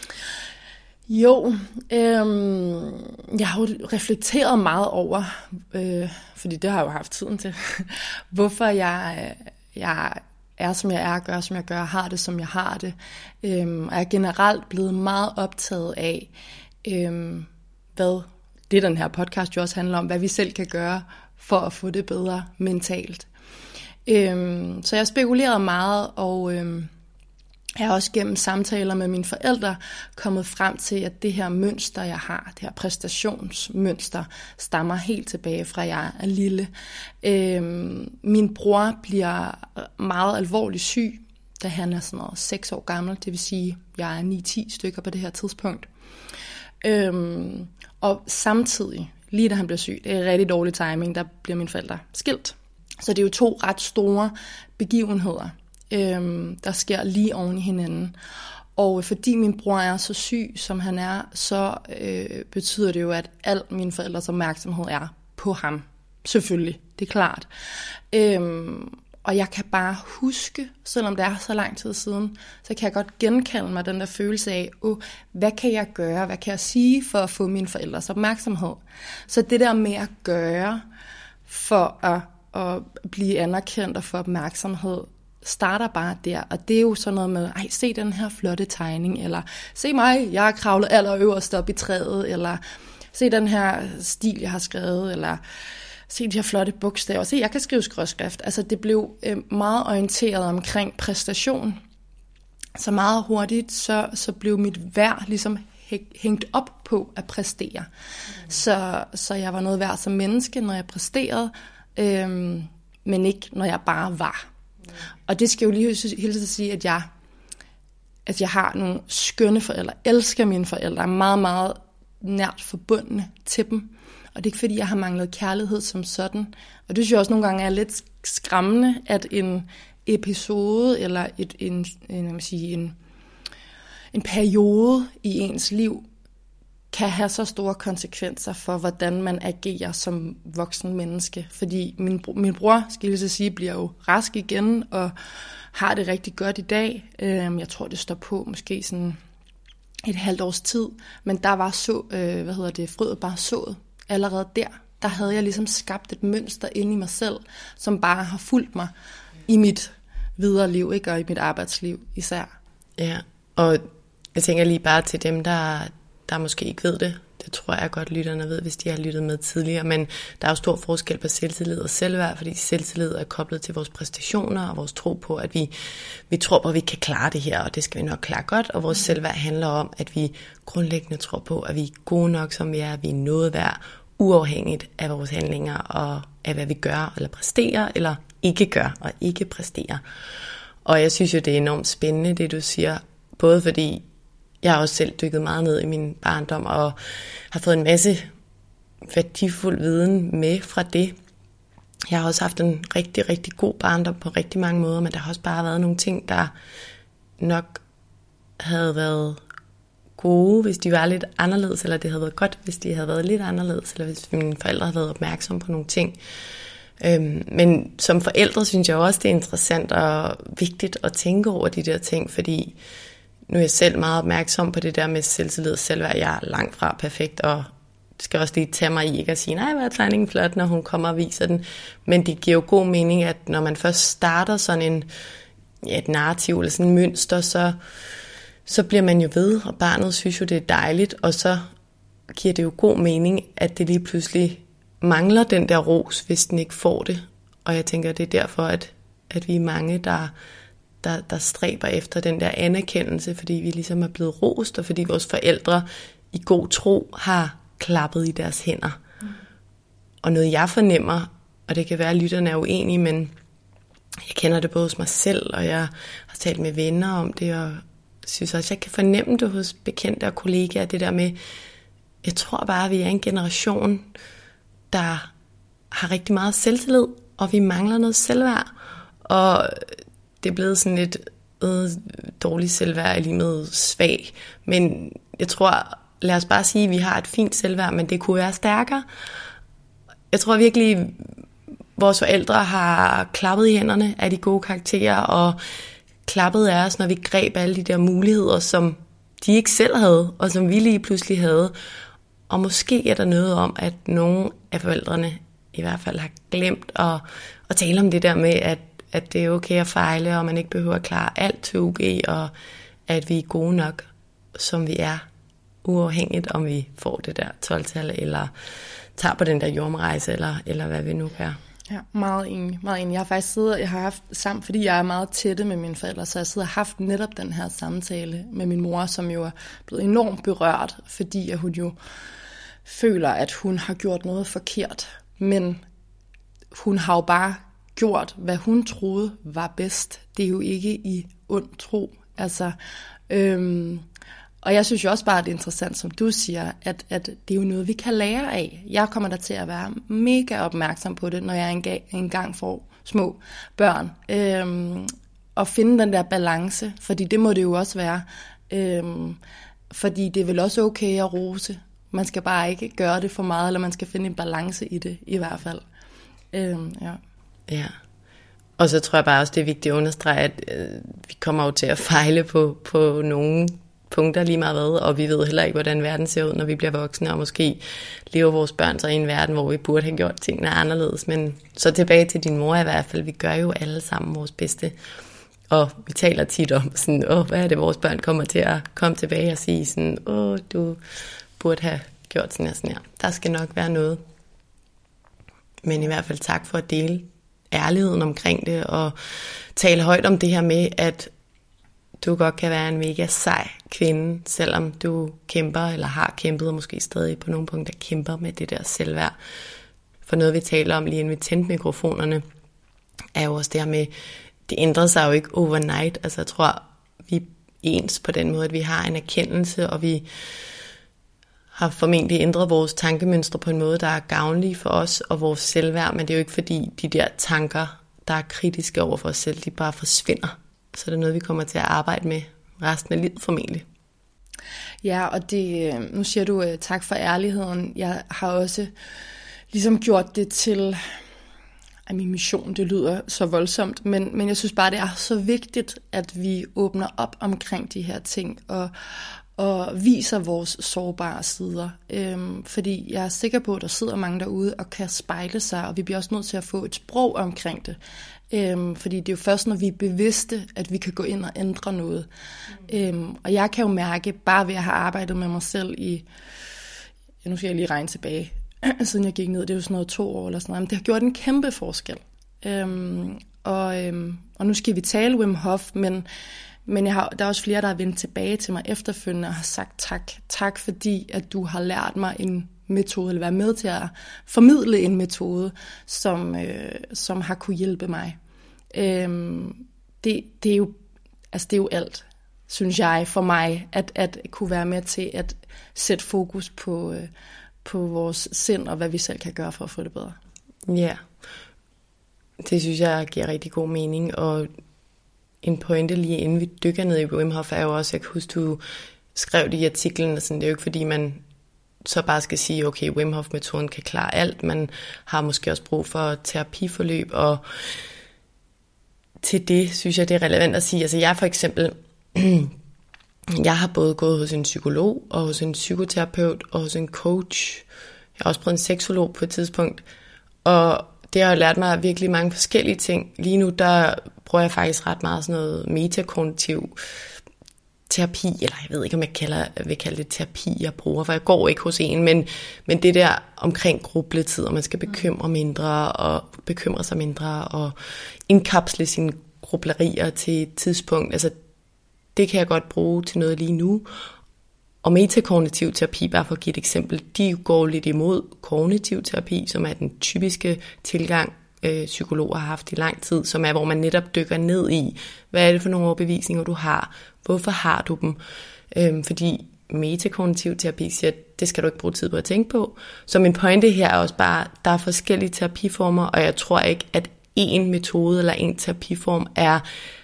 Jo, øhm, jeg har jo reflekteret meget over, øh, fordi det har jeg jo haft tiden til, hvorfor jeg, jeg er, som jeg er, gør, som jeg gør, har det, som jeg har det. Øhm, og jeg er generelt blevet meget optaget af, øhm, hvad det den her podcast jo også handler om, hvad vi selv kan gøre for at få det bedre mentalt. Øhm, så jeg spekulerede meget, og øhm, jeg er også gennem samtaler med mine forældre kommet frem til, at det her mønster, jeg har, det her præstationsmønster, stammer helt tilbage fra, jeg er lille. Øhm, min bror bliver meget alvorligt syg, da han er sådan noget seks år gammel, det vil sige, jeg er ni ti stykker på det her tidspunkt. Øhm, og samtidig, lige da han bliver syg, det er rigtig dårlig timing, der bliver mine forældre skilt. Så det er jo to ret store begivenheder, øhm, der sker lige oven i hinanden. Og fordi min bror er så syg, som han er, så øh, betyder det jo, at al min forældres opmærksomhed er på ham. Selvfølgelig, det er klart. Øhm, og jeg kan bare huske, selvom det er så lang tid siden, så kan jeg godt genkalde mig den der følelse af, oh, hvad kan jeg gøre, hvad kan jeg sige for at få mine forældres opmærksomhed? Så det der med at gøre for at, at blive anerkendt og få opmærksomhed, starter bare der, og det er jo sådan noget med, ej, se den her flotte tegning, eller se mig, jeg har kravlet allerøverst op i træet, eller se den her stil, jeg har skrevet, eller se de her flotte bogstaver, se, jeg kan skrive skråskrift. Altså, det blev øh, meget orienteret omkring præstation, så meget hurtigt, så, så blev mit værd ligesom hængt op på at præstere. Mm. Så, så jeg var noget værd som menneske, når jeg præsterede, øh, men ikke, når jeg bare var. Og det skal jo lige hele tiden sige, at jeg, at jeg har nogle skønne forældre, elsker mine forældre, er meget, meget nært forbundne til dem. Og det er ikke fordi, jeg har manglet kærlighed som sådan. Og det synes jeg også nogle gange er lidt skræmmende, at en episode eller et, en, en, jeg vil sige, en, en periode i ens liv kan have så store konsekvenser for, hvordan man agerer som voksen menneske. Fordi min, min bror, skal jeg lige sige, bliver jo rask igen og har det rigtig godt i dag. Jeg tror, det står på måske sådan et halvt års tid. Men der var så, hvad hedder det, frøet bare sået. Allerede der, der havde jeg ligesom skabt et mønster inde i mig selv, som bare har fulgt mig i mit videre liv, ikke? Og i mit arbejdsliv især. Ja, og jeg tænker lige bare til dem, der... der måske ikke ved det. Det tror jeg godt, lytterne ved, hvis de har lyttet med tidligere. Men der er jo stor forskel på selvtillid og selvværd, fordi selvtillid er koblet til vores præstationer og vores tro på, at vi, vi tror på, at vi kan klare det her, og det skal vi nok klare godt. Og vores selvværd handler om, at vi grundlæggende tror på, at vi er gode nok, som vi er, at vi er noget værd, uafhængigt af vores handlinger og af, hvad vi gør eller præsterer, eller ikke gør og ikke præsterer. Og jeg synes jo, det er enormt spændende, det du siger, både fordi jeg har også selv dykket meget ned i min barndom og har fået en masse værdifuld viden med fra det. Jeg har også haft en rigtig, rigtig god barndom på rigtig mange måder, men der har også bare været nogle ting, der nok havde været gode, hvis de var lidt anderledes, eller det havde været godt, hvis de havde været lidt anderledes, eller hvis mine forældre havde været opmærksomme på nogle ting. Øhm, men som forældre synes jeg også, det er interessant og vigtigt at tænke over de der ting, fordi nu er jeg selv meget opmærksom på det der med selvtillid og selvværd. Jeg er langt fra perfekt, og skal også lige tage mig i ikke at sige, nej, hvor er tegningen flot, når hun kommer og viser den. Men det giver jo god mening, at når man først starter sådan en, ja, et narrativ eller sådan en mønster, så, så bliver man jo ved, og barnet synes jo, det er dejligt, og så giver det jo god mening, at det lige pludselig mangler den der ros, hvis den ikke får det. Og jeg tænker, det er derfor, at, at vi er mange, der... Der, der stræber efter den der anerkendelse, fordi vi ligesom er blevet rost, og fordi vores forældre i god tro har klappet i deres hænder. Mm. Og noget jeg fornemmer, og det kan være, at lytterne er uenige, men jeg kender det både hos mig selv, og jeg har talt med venner om det, og synes også, jeg kan fornemme det hos bekendte og kollegaer, det der med, jeg tror bare, at vi er en generation, der har rigtig meget selvtillid, og vi mangler noget selvværd, og det er blevet sådan lidt øh, dårlig selvværd er lige med svag. Men jeg tror, lad os bare sige, at vi har et fint selvværd, men det kunne være stærkere. Jeg tror virkelig, vores forældre har klappet i hænderne af de gode karakterer, og klappet af os, når vi greb alle de der muligheder, som de ikke selv havde, og som vi lige pludselig havde. Og måske er der noget om, at nogle af forældrene i hvert fald har glemt at, at tale om det der med, at, at det er okay at fejle, og man ikke behøver at klare alt til U G, og at vi er gode nok, som vi er, uafhængigt om vi får det der tolv-tal, eller tager på den der jordomrejse, eller, eller hvad vi nu gør. Ja, meget enig, meget enig. Jeg har faktisk siddet, jeg har haft sammen, fordi jeg er meget tætte med mine forældre, så jeg sidder og haft netop den her samtale med min mor, som jo er blevet enormt berørt, fordi at hun jo føler, at hun har gjort noget forkert. Men hun har jo bare gjort, hvad hun troede var bedst. Det er jo ikke i ond tro. Altså, øhm, og jeg synes jo også bare, at det er interessant, som du siger, at, at det er jo noget, vi kan lære af. Jeg kommer der til at være mega opmærksom på det, når jeg engang, engang får små børn. Øhm, og finde den der balance, fordi det må det jo også være. Øhm, fordi det er vel også okay at rose. Man skal bare ikke gøre det for meget, eller man skal finde en balance i det, i hvert fald. Øhm, ja. Ja. Og så tror jeg bare også, det er vigtigt at understrege, at øh, vi kommer jo til at fejle på, på nogle punkter lige meget hvad, og vi ved heller ikke, hvordan verden ser ud, når vi bliver voksne, og måske lever vores børn så i en verden, hvor vi burde have gjort tingene anderledes. Men så tilbage til din mor i hvert fald, vi gør jo alle sammen vores bedste. Og vi taler tit om, sådan, åh, hvad er det, vores børn kommer til at komme tilbage og sige, sådan, åh, du burde have gjort sådan her, sådan her. Der skal nok være noget. Men i hvert fald tak for at dele ærligheden omkring det, og tale højt om det her med, at du godt kan være en mega sej kvinde, selvom du kæmper, eller har kæmpet, og måske stadig på nogle punkter kæmper med det der selvværd. For noget, vi taler om lige inden vi tændte mikrofonerne, er jo også det her med, det ændrer sig jo ikke overnight. Altså jeg tror, vi er ens på den måde, at vi har en erkendelse, og vi har formentlig ændret vores tankemønstre på en måde, der er gavnlig for os og vores selvværd, men det er jo ikke fordi de der tanker, der er kritiske over for os selv, de bare forsvinder. Så det er noget, vi kommer til at arbejde med resten af livet formentlig. Ja, og det, nu siger du uh, tak for ærligheden. Jeg har også ligesom gjort det til ej, min mission, det lyder så voldsomt, men, men jeg synes bare, det er så vigtigt, at vi åbner op omkring de her ting, og, og viser vores sårbare sider. Øhm, fordi jeg er sikker på, at der sidder mange derude og kan spejle sig, og vi bliver også nødt til at få et sprog omkring det. Øhm, fordi det er jo først, når vi er bevidste, at vi kan gå ind og ændre noget. Mm. Øhm, og jeg kan jo mærke, bare ved at have arbejdet med mig selv i, ja, nu skal jeg lige regne tilbage, siden jeg gik ned, det er jo sådan noget to år eller sådan noget, men det har gjort en kæmpe forskel. Øhm, og, øhm, og nu skal vi tale Wim Hof, men, men jeg har, der er også flere, der har vendt tilbage til mig efterfølgende og har sagt tak. Tak fordi, at du har lært mig en metode, eller været med til at formidle en metode, som, øh, som har kunne hjælpe mig. Øhm, det, det, er jo, altså det er jo alt, synes jeg, for mig, at, at kunne være med til at sætte fokus på, øh, på vores sind, og hvad vi selv kan gøre for at få det bedre. Ja, det synes jeg giver rigtig god mening, og en pointe lige inden vi dykker ned i Wim Hof er jo også, jeg kan huske, du skrev det i artiklen, og sådan, det er jo ikke fordi, man så bare skal sige, okay, Wim Hof-metoden kan klare alt, man har måske også brug for terapiforløb, og til det synes jeg, det er relevant at sige, altså jeg for eksempel, jeg har både gået hos en psykolog, og hos en psykoterapeut, og hos en coach, jeg har også prøvet en seksolog på et tidspunkt, og det har jo lært mig virkelig mange forskellige ting. Lige nu, der bruger jeg faktisk ret meget sådan noget metakognitiv terapi, eller jeg ved ikke, om jeg kalder, vil kalde det terapi, jeg bruger, for jeg går ikke hos en, men, men det der omkring grubletid, og man skal bekymre mindre, og bekymre sig mindre, og indkapsle sine grublerier til et tidspunkt, altså det kan jeg godt bruge til noget lige nu. Og metakognitiv terapi, bare for at give et eksempel, de går lidt imod kognitiv terapi, som er den typiske tilgang, øh, psykologer har haft i lang tid, som er, hvor man netop dykker ned i, hvad er det for nogle overbevisninger, du har, hvorfor har du dem, øhm, fordi metakognitiv terapi siger, at det skal du ikke bruge tid på at tænke på. Så min pointe her er også bare, der er forskellige terapiformer, og jeg tror ikke, at én metode eller én terapiform er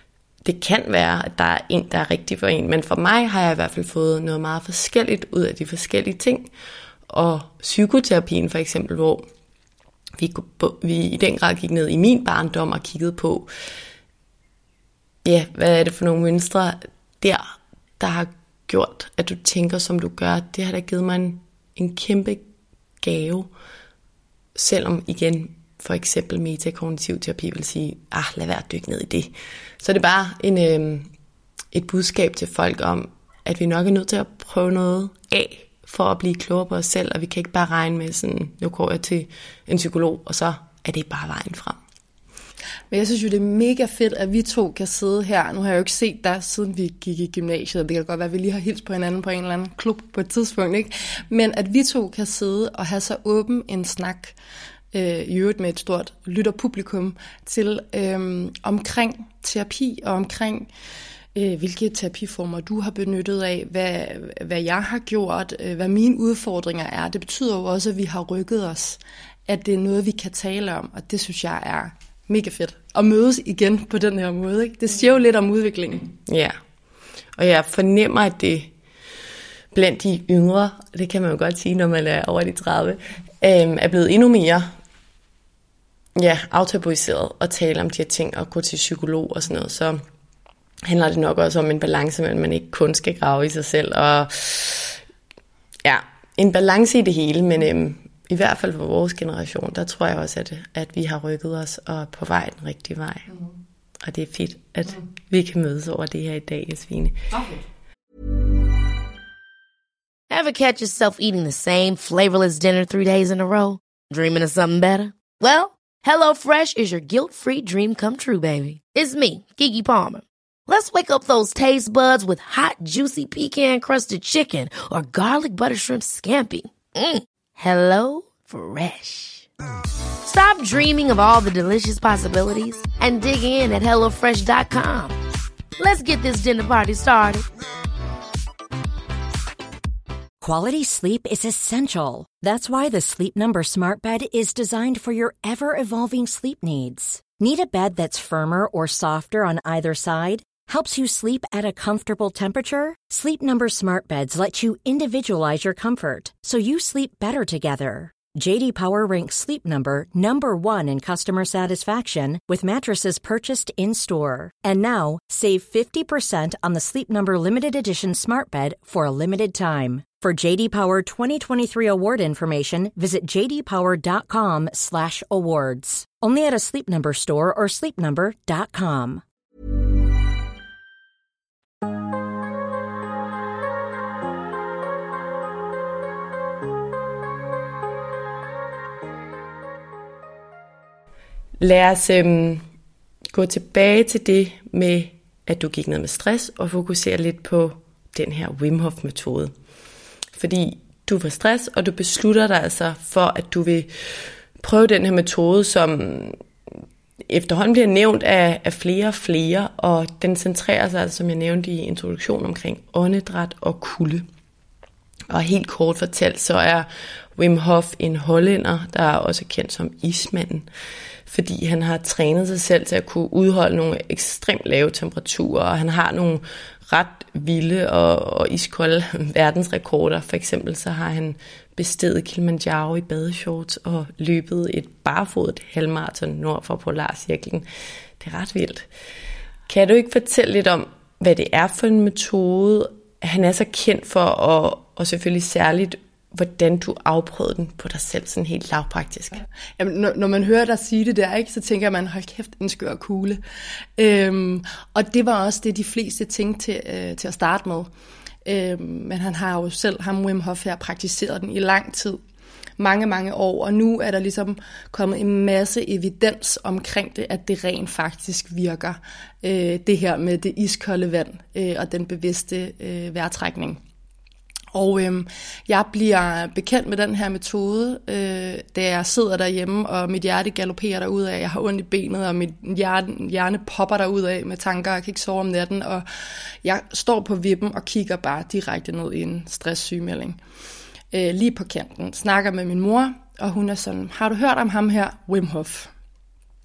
det kan være, at der er en, der er rigtig for en, men for mig har jeg i hvert fald fået noget meget forskelligt ud af de forskellige ting. Og psykoterapien for eksempel, hvor vi, vi i den grad gik ned i min barndom og kiggede på, ja, hvad er det for nogle mønstre der, der har gjort, at du tænker, som du gør. Det har da givet mig en, en kæmpe gave, selvom igen, for eksempel metakognitiv terapi vil sige, ah, lad være at dykke ned i det. Så det er bare en, øh, et budskab til folk om, at vi nok er nødt til at prøve noget af, for at blive klogere på os selv, og vi kan ikke bare regne med sådan, nu går jeg til en psykolog, og så er det bare vejen frem. Men jeg synes jo, det er mega fedt, at vi to kan sidde her. Nu har jeg jo ikke set dig, siden vi gik i gymnasiet, og det kan godt være, at vi lige har hilst på hinanden på en eller anden klub på et tidspunkt, ikke? Men at vi to kan sidde og have så åben en snak, øh, i øvrigt med et stort lytterpublikum, til øh, omkring terapi og omkring øh, hvilke terapiformer du har benyttet af, hvad, hvad jeg har gjort, øh, hvad mine udfordringer er. Det betyder jo også, at vi har rykket os, at det er noget, vi kan tale om, og det synes jeg er mega fedt. At mødes igen på den her måde, ikke? Det siger jo lidt om udviklingen. Ja, og jeg fornemmer, at det blandt de yngre, det kan man jo godt sige, når man er over de tredive, øh, er blevet endnu mere ja, aftabuiseret at tale om de her ting og gå til psykolog og sådan noget. Så handler det nok også om en balance, mellem man ikke kun skal grave i sig selv. Og ja, en balance i det hele, men øhm, i hvert fald for vores generation, der tror jeg også, at, at vi har rykket os og er på vej den rigtige vej. Mm. Og det er fedt, at mm. vi kan mødes over det her i dag, Josefine. Okay. Ever catch yourself eating the same flavorless dinner three days in a row? Dreaming of something better? Well, HelloFresh is your guilt-free dream come true, baby. It's me, Keke Palmer. Let's wake up those taste buds with hot, juicy pecan-crusted chicken or garlic butter shrimp scampi. Mm. Hello Fresh. Stop dreaming of all the delicious possibilities and dig in at hello fresh dot com. Let's get this dinner party started. Quality sleep is essential. That's why the Sleep Number Smart Bed is designed for your ever-evolving sleep needs. Need a bed that's firmer or softer on either side? Helps you sleep at a comfortable temperature? Sleep Number Smart Beds let you individualize your comfort, so you sleep better together. J D Power ranks Sleep Number number one in customer satisfaction with mattresses purchased in-store. And now, save fifty percent on the Sleep Number Limited Edition Smart Bed for a limited time. For J D Power twenty twenty-three award information, visit j d power dot com slash awards. Only at a Sleep Number store or sleep number dot com. Lad os øhm, gå tilbage til det med, at du gik ned med stress, og fokusere lidt på den her Wim Hof-metode. Fordi du får stress, og du beslutter dig altså for, at du vil prøve den her metode, som efterhånden bliver nævnt af, af flere og flere, og den centrerer sig, altså, som jeg nævnte i introduktionen, omkring åndedræt og kulde. Og helt kort fortalt, så er Wim Hof en hollænder, der er også kendt som ismanden, fordi han har trænet sig selv til at kunne udholde nogle ekstremt lave temperaturer, og han har nogle ret vilde og, og iskolde verdensrekorder. For eksempel så har han besteget Kilimanjaro i badeshorts og løbet et barefodet halvmarathon nord for Polarcirklen. Det er ret vildt. Kan du ikke fortælle lidt om, hvad det er for en metode, han er så kendt for, og, og selvfølgelig særligt, hvordan du afprøvede den på dig selv, sådan helt lavpraktisk? Jamen, når, når man hører dig sige det der, ikke, så tænker man, hold kæft, en skør kugle. Øhm, og det var også det, de fleste tænkte til, øh, til at starte med. Øhm, men han har jo selv, ham Wim Hof her, praktiseret den i lang tid. Mange, mange år, og nu er der ligesom kommet en masse evidens omkring det, at det rent faktisk virker. Øh, det her med det iskolde vand øh, og den bevidste øh, vejrtrækning. Og øhm, jeg bliver bekendt med den her metode, øh, da jeg sidder derhjemme, og mit hjerte galopperer derudad. Jeg har ondt i benet, og mit hjerne, hjerne popper derudad med tanker, jeg kan ikke sove om natten. Og jeg står på vippen og kigger bare direkte ned i en stresssygemelding. Øh, lige på kanten. Snakker med min mor, og hun er sådan, har du hørt om ham her, Wim Hof?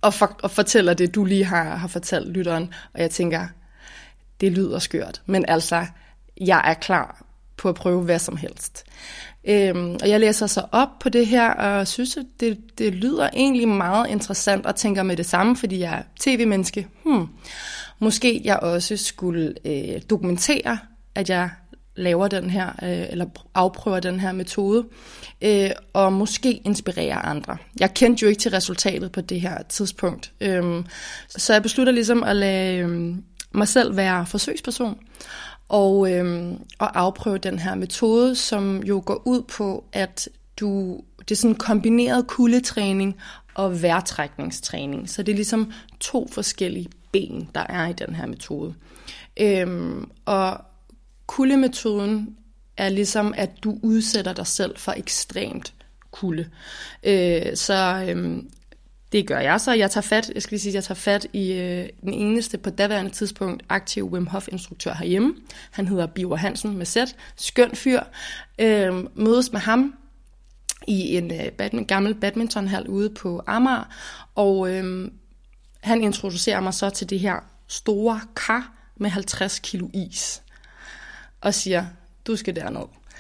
og, for, og fortæller det, du lige har, har fortalt lytteren. Og jeg tænker, det lyder skørt, men altså, jeg er klar på at prøve hvad som helst. Øhm, og jeg læser så op på det her, og synes, at det, det lyder egentlig meget interessant, og tænker med det samme, fordi jeg er tv-menneske. Hmm. Måske jeg også skulle øh, dokumentere, at jeg laver den her, øh, eller afprøver den her metode, øh, og måske inspirere andre. Jeg kendte jo ikke til resultatet på det her tidspunkt, øh, så jeg beslutter ligesom at lade øh, mig selv være forsøgsperson, og, øh, og afprøve den her metode, som jo går ud på, at du, det er sådan en kombineret kuldetræning og vejrtrækningstræning, så det er ligesom to forskellige ben, der er i den her metode. Øh, og kuldemetoden er ligesom, at du udsætter dig selv for ekstremt kulde. Øh, så øh, det gør jeg så. Jeg tager fat, jeg skal lige sige, jeg tager fat i øh, den eneste på daværende tidspunkt aktive Wim Hof-instruktør herhjemme. Han hedder Birger Hansen med Z. Skøn fyr. Øh, mødes med ham i en øh, badminton, gammel badmintonhal ude på Amager, og øh, han introducerer mig så til det her store kar med halvtreds kilo is, og siger, du skal derned.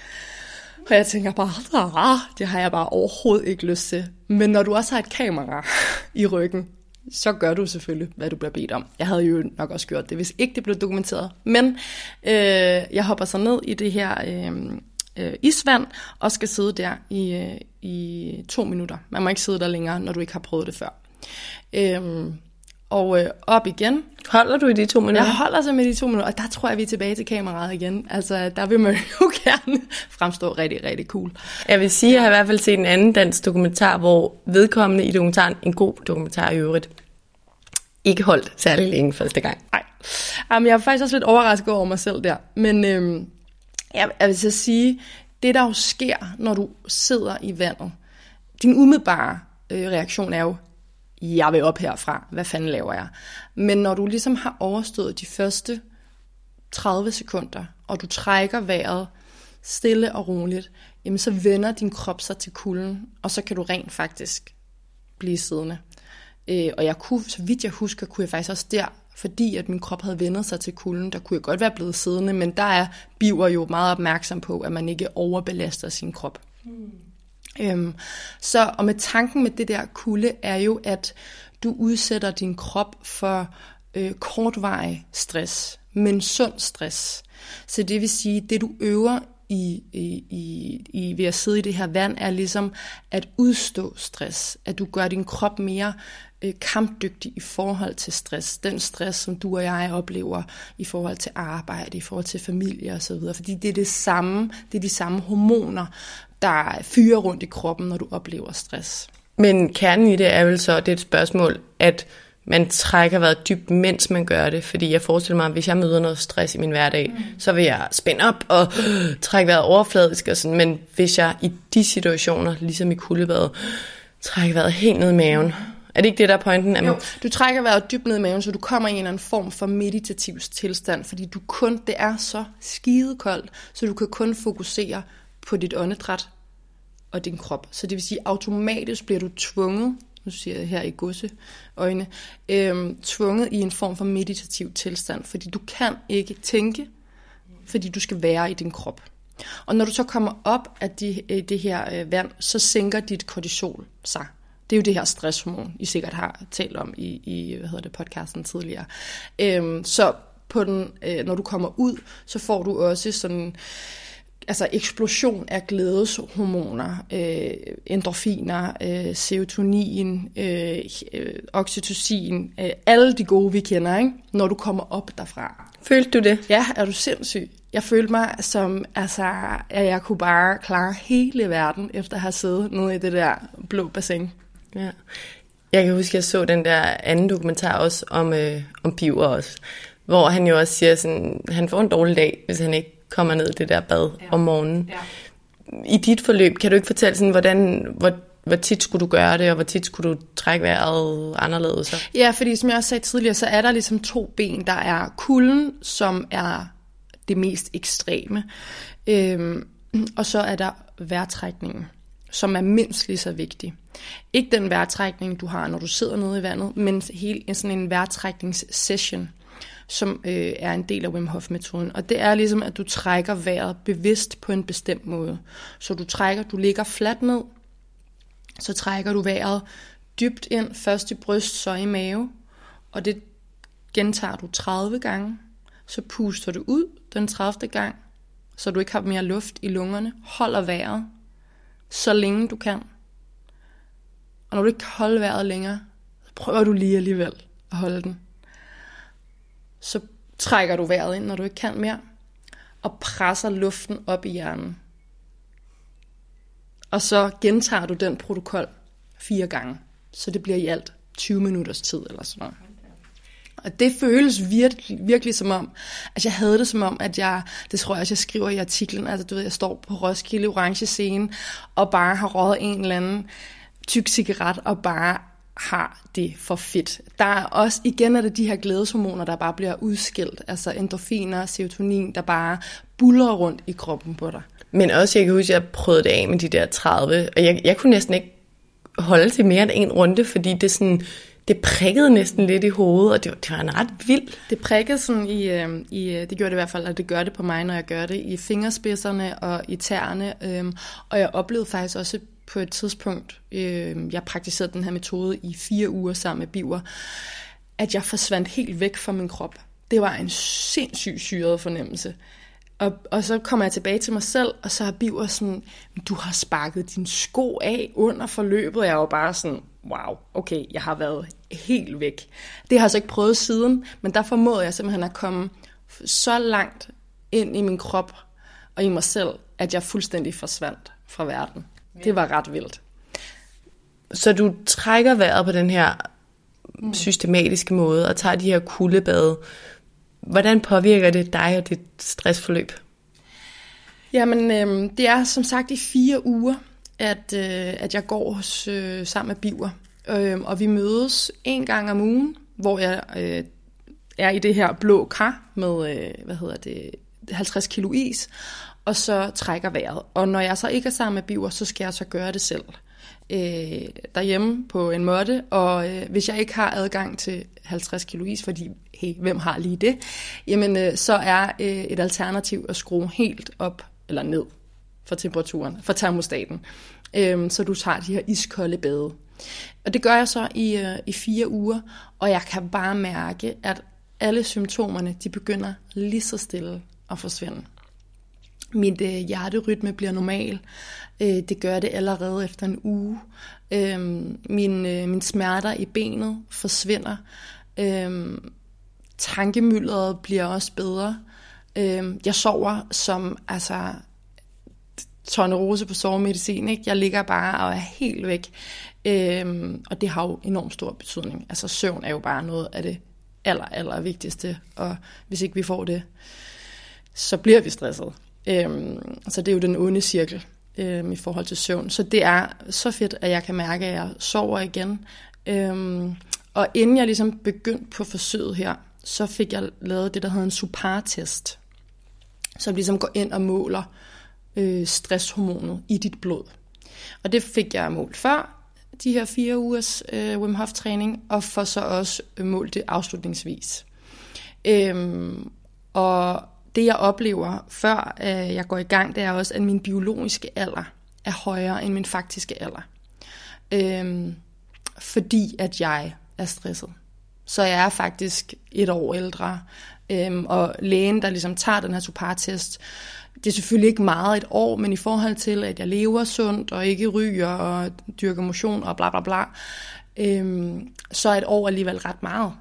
Og jeg tænker bare, det har jeg bare overhovedet ikke lyst til. Men når du også har et kamera i ryggen, så gør du selvfølgelig, hvad du bliver bedt om. Jeg havde jo nok også gjort det, hvis ikke det blev dokumenteret. Men øh, jeg hopper så ned i det her øh, øh, isvand, og skal sidde der i, øh, i to minutter. Man må ikke sidde der længere, når du ikke har prøvet det før. Øh, Og øh, op igen. Holder du i de to minutter? Jeg holder så med de to minutter, og der tror jeg, vi er tilbage til kameraet igen. Altså, der vil man jo gerne fremstå rigtig, rigtig cool. Jeg vil sige, at jeg har i hvert fald set en anden dansk dokumentar, hvor vedkommende i dokumentaren, en god dokumentar i øvrigt, ikke holdt særlig længe første gang. Nej, Jamen, jeg er faktisk også lidt overrasket over mig selv der. Men øhm, jeg, jeg vil så sige, det der jo sker, når du sidder i vandet, din umiddelbare øh, reaktion er jo, jeg vil op herfra, hvad fanden laver jeg? Men når du ligesom har overstået de første tredive sekunder, og du trækker vejret stille og roligt, jamen så vender din krop sig til kulden, og så kan du rent faktisk blive siddende. Øh, og jeg kunne, så vidt jeg husker, kunne jeg faktisk også der, fordi at min krop havde vendt sig til kulden, der kunne jeg godt være blevet siddende, men der er Birger jo meget opmærksom på, at man ikke overbelaster sin krop. Hmm. Øhm, så, og med tanken med det der kulde er jo, at du udsætter din krop for øh, kortvarig stress, men sund stress. Så det vil sige, det du øver i, i, i, i ved at sidde i det her vand, er ligesom at udstå stress. At du gør din krop mere øh, kampdygtig i forhold til stress. Den stress, som du og jeg oplever i forhold til arbejde, i forhold til familie osv. Fordi det er det samme, det er de samme hormoner, der fyrer rundt i kroppen, når du oplever stress. Men kernen i det er vel så, det er et spørgsmål, at man trækker vejret dybt, mens man gør det. Fordi jeg forestiller mig, at hvis jeg møder noget stress i min hverdag, mm. så vil jeg spænde op og øh, trække vejret overfladisk og sådan. Men hvis jeg i de situationer, ligesom i kuldebadet, trækker vejret helt ned i maven, er det ikke det, der er pointen? Jo, du trækker vejret dybt ned i maven, så du kommer i en eller anden form for meditativ tilstand, fordi du kun, det er så skidekoldt, så du kan kun fokusere på dit åndedræt og din krop. Så det vil sige, automatisk bliver du tvunget, nu siger jeg her i godseøjne, øhm, tvunget i en form for meditativ tilstand, fordi du kan ikke tænke, fordi du skal være i din krop. Og når du så kommer op af de, det her øh, vand, så sænker dit kortisol sig. Det er jo det her stresshormon, I sikkert har talt om i, i hvad hedder det, podcasten tidligere. Øhm, så på den, øh, når du kommer ud, så får du også sådan altså eksplosion af glædeshormoner, øh, endorfiner, øh, serotonin, øh, øh, oxytocin, øh, alle de gode, vi kender, ikke? Når du kommer op derfra. Følte du det? Ja, er du sindssyg? Jeg følte mig som, altså, at jeg kunne bare klare hele verden, efter at have siddet nede i det der blå bassin. Ja. Jeg kan huske, at jeg så den der anden dokumentar også om, øh, om Birger også, hvor han jo også siger sådan, han får en dårlig dag, hvis han ikke kommer ned i det der bad ja. om morgenen. Ja. I dit forløb, kan du ikke fortælle sådan, hvordan, hvor, hvor tit skulle du gøre det, og hvor tit skulle du trække vejret anderledes? Så? Ja, fordi som jeg også sagde tidligere, så er der ligesom to ben. Der er kulden, som er det mest ekstreme, øhm, og så er der vejrtrækningen, som er mindst lige så vigtig. Ikke den vejrtrækning, du har, når du sidder nede i vandet, men helt sådan en vejrtrækningssession, som øh, er en del af Wim Hof-metoden. Og det er ligesom, at du trækker vejret bevidst på en bestemt måde. Så du trækker, du ligger fladt ned, så trækker du vejret dybt ind, først i bryst, så i mave, og det gentager du tredive gange. Så puster du ud den tredivte gang, så du ikke har mere luft i lungerne. Holder vejret, så længe du kan. Og når du ikke kan holde vejret længere, så prøver du lige alligevel at holde den. Så trækker du vejret ind, når du ikke kan mere, og presser luften op i hjernen. Og så gentager du den protokol fire gange, så det bliver i alt tyve minutters tid eller sådan noget. Og det føles virkelig, virkelig som om, altså jeg havde det som om, at jeg, det tror jeg også, jeg skriver i artiklen, altså du ved, jeg står på Roskilde Orange Scene, og bare har røget en eller anden tyk cigaret, og bare har det for fedt. Der er også, igen er det de her glædeshormoner, der bare bliver udskilt, altså endorfiner, serotonin, der bare buldrer rundt i kroppen på dig. Men også, jeg kan huske, at jeg prøvede det af med de der tredive, og jeg, jeg kunne næsten ikke holde til mere end en runde, fordi det sådan, det prikkede næsten lidt i hovedet, og det var, det var en ret vild. Det prikkede sådan i, øh, i, det gjorde det i hvert fald, og det gør det på mig, når jeg gør det, i fingerspidserne og i tæerne, øh, og jeg oplevede faktisk også på et tidspunkt, øh, jeg praktiserede den her metode i fire uger sammen med Biver, at jeg forsvandt helt væk fra min krop. Det var en sindssygt syret fornemmelse. Og, og så kommer jeg tilbage til mig selv, og så har Biver sådan, du har sparket din sko af under forløbet, og jeg var bare sådan, wow, okay, jeg har været helt væk. Det har jeg så ikke prøvet siden, men der formåede jeg simpelthen at komme så langt ind i min krop og i mig selv, at jeg fuldstændig forsvandt fra verden. Det var ret vildt. Så du trækker vejret på den her systematiske måde, og tager de her kuldebade. Hvordan påvirker det dig og dit stressforløb? Jamen, øh, det er som sagt i fire uger, at, øh, at jeg går hos, øh, sammen med Biver. Øh, og vi mødes en gang om ugen, hvor jeg øh, er i det her blå kar med, øh, hvad hedder det, halvtreds kilo is, og så trækker vejret. Og når jeg så ikke er sammen med Biver, så skal jeg så gøre det selv. Øh, derhjemme på en måtte, og øh, hvis jeg ikke har adgang til halvtreds kilo is, fordi hey, hvem har lige det, jamen øh, så er øh, et alternativ at skrue helt op eller ned for temperaturen, for termostaten, øh, så du tager de her iskolde bade. Og det gør jeg så i, øh, i fire uger, og jeg kan bare mærke, at alle symptomerne, de begynder lige så stille at forsvinde. Mit øh, hjerterytme bliver normal. Øh, det gør det allerede efter en uge. Øh, min, øh, min smerter i benet forsvinder. Øh, tankemyldret bliver også bedre. Øh, jeg sover som altså tornerose på sovemedicin. Ikke? Jeg ligger bare og er helt væk. Øh, og det har jo enormt stor betydning. Altså søvn er jo bare noget af det aller, aller vigtigste. Og hvis ikke vi får det, så bliver vi stresset. Øhm, så det er jo den onde cirkel øhm, i forhold til søvn. Så det er så fedt, at jeg kan mærke, at jeg sover igen. Øhm, og inden jeg ligesom begyndte på forsøget her, så fik jeg lavet det, der hedder en Supaar-test, som ligesom går ind og måler øh, stresshormonet i dit blod. Og det fik jeg målt før de her fire ugers øh, Wim Hof-træning, og for så også målt det afslutningsvis. Øhm, og det jeg oplever, før øh, jeg går i gang, det er også, at min biologiske alder er højere end min faktiske alder. Øhm, fordi at jeg er stresset. Så jeg er faktisk et år ældre. Øhm, og lægen, der ligesom tager den her Supaar-test, det er selvfølgelig ikke meget et år, men i forhold til, at jeg lever sundt og ikke ryger og dyrker motion og bla bla bla, øhm, så er et år alligevel ret meget.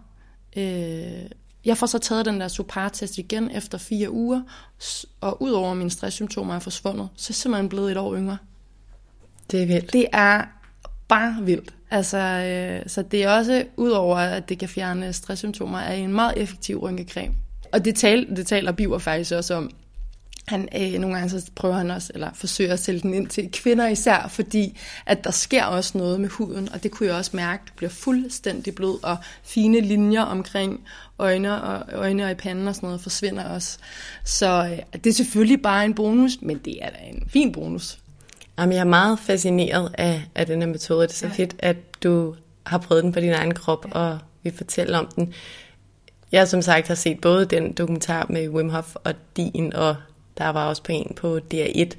Øh, Jeg får så taget den der Supaar-test igen efter fire uger, og udover mine stresssymptomer er forsvundet, så er jeg simpelthen blevet et år yngre. Det er vildt. Det er bare vildt. Altså, øh, så det er også, udover at det kan fjerne stresssymptomer, er en meget effektiv rynkecreme. Og det, tal, det taler Biver faktisk også om. Han, øh, nogle gange så prøver han også, eller forsøger at sælge den ind til kvinder især, fordi at der sker også noget med huden, og det kunne jeg også mærke, det bliver fuldstændig blød, og fine linjer omkring øjne og, øjne og i panden og sådan noget forsvinder også. Så øh, det er selvfølgelig bare en bonus, men det er da en fin bonus. Jamen, jeg er meget fascineret af, af den her metode. Det er så ja. fedt, at du har prøvet den på din egen krop, ja. og vi fortæller om den. Jeg som sagt har set både den dokumentar med Wim Hof og din, og der var også på en på D R et.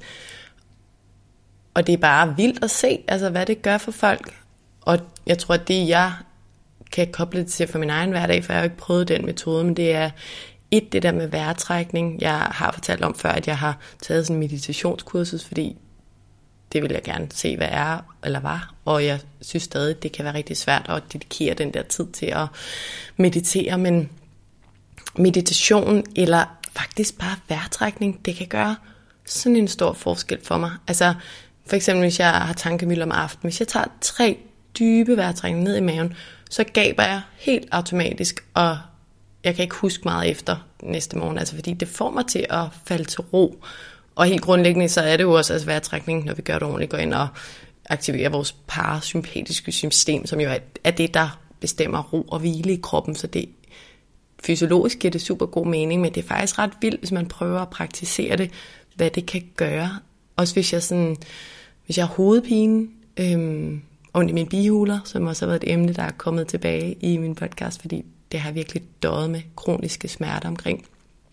Og det er bare vildt at se, altså, hvad det gør for folk. Og jeg tror, at det, jeg kan koble det til for min egen hverdag, for jeg har jo ikke prøvet den metode, men det er et, det der med vejrtrækning. Jeg har fortalt om før, at jeg har taget sådan en meditationskursus, fordi det vil jeg gerne se, hvad er eller var. Og jeg synes stadig, det kan være rigtig svært at dedikere den der tid til at meditere. Men meditation eller faktisk bare vejrtrækning, det kan gøre sådan en stor forskel for mig. Altså for eksempel, hvis jeg har tankemylder om aftenen, hvis jeg tager tre dybe vejrtrækninger ned i maven, så gaber jeg helt automatisk, og jeg kan ikke huske meget efter næste morgen, altså fordi det får mig til at falde til ro. Og helt grundlæggende, så er det jo også altså vejrtrækning, når vi gør det ordentligt, går ind og aktiverer vores parasympatiske system, som jo er, er det, der bestemmer ro og hvile i kroppen. Så det fysiologisk giver det super god mening, men det er faktisk ret vildt, hvis man prøver at praktisere det, hvad det kan gøre. Også hvis jeg, sådan, hvis jeg har hovedpine, øhm, ondt i mine bihuler, som også har været et emne, der er kommet tilbage i min podcast, fordi det har virkelig døjet med kroniske smerter omkring.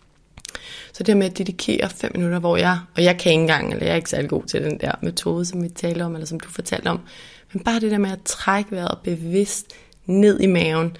Så det med at dedikere fem minutter, hvor jeg, og jeg kan ikke engang, eller jeg er ikke særlig god til den der metode, som vi taler om, eller som du fortalte om, men bare det der med at trække vejret bevidst ned i maven,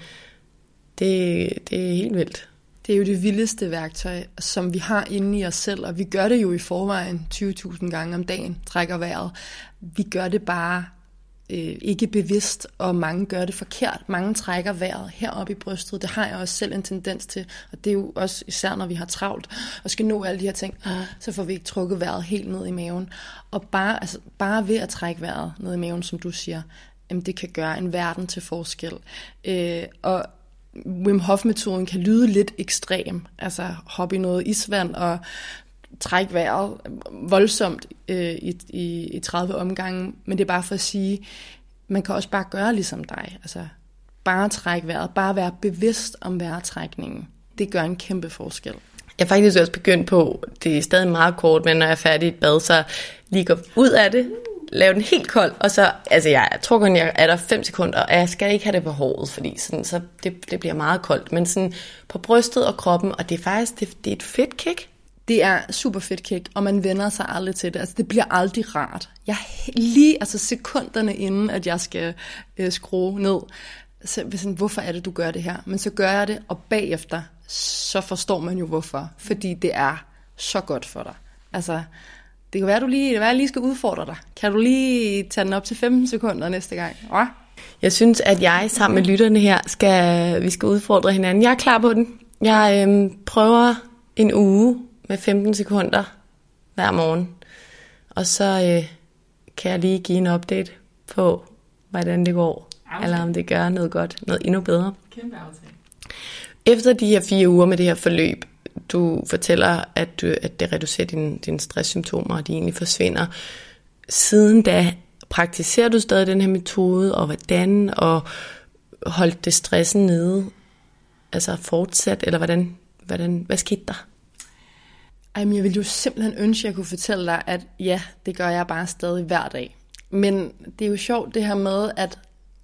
det, det er helt vildt. Det er jo det vildeste værktøj, som vi har inde i os selv, og vi gør det jo i forvejen tyve tusind gange om dagen, trækker vejret. Vi gør det bare øh, ikke bevidst, og mange gør det forkert. Mange trækker vejret heroppe i brystet. Det har jeg også selv en tendens til, og det er jo også især, når vi har travlt og skal nå alle de her ting, så får vi ikke trukket vejret helt ned i maven. Og bare, altså, bare ved at trække vejret ned i maven, som du siger, jamen, det kan gøre en verden til forskel. Øh, og Wim Hof-metoden kan lyde lidt ekstrem, altså hoppe i noget isvand og trække vejret voldsomt øh, i, i, i tredive omgange, men det er bare for at sige, man kan også bare gøre ligesom dig, altså bare trække vejret, bare være bevidst om vejrtrækningen. Det gør en kæmpe forskel. Jeg er faktisk også begyndt på, det er stadig meget kort, men når jeg er færdig i et bad, så lige går ud af det, lave den helt kold, og så, altså jeg tror kun, jeg er der fem sekunder, og jeg skal ikke have det på håret, fordi sådan, så det, det bliver meget koldt, men sådan på brystet og kroppen, og det er faktisk, det, det er et fedt kick. Det er super fedt kick, og man vender sig aldrig til det, altså det bliver aldrig rart. Jeg lige, altså sekunderne inden, at jeg skal øh, skrue ned, så sådan, hvorfor er det, du gør det her? Men så gør jeg det, og bagefter, så forstår man jo hvorfor, fordi det er så godt for dig. Altså, det kan være, du lige, det kan være, jeg lige skal udfordre dig. Kan du lige tage den op til femten sekunder næste gang? Ja. Jeg synes, at jeg sammen med lytterne her, skal, vi skal udfordre hinanden. Jeg er klar på den. Jeg øhm, prøver en uge med femten sekunder hver morgen. Og så øh, kan jeg lige give en update på, hvordan det går. Aftale. Eller om det gør noget godt, noget endnu bedre. Kæmpe aftale. Efter de her fire uger med det her forløb, du fortæller, at, du, at det reducerer dine, dine stresssymptomer, og de egentlig forsvinder. Siden da, praktiserer du stadig den her metode, og hvordan, og holdt det stressen nede? Altså fortsat, eller hvordan, hvordan, hvad skete der? Ej, men jeg ville jo simpelthen ønske, at jeg kunne fortælle dig, at ja, det gør jeg bare stadig hver dag. Men det er jo sjovt det her med, at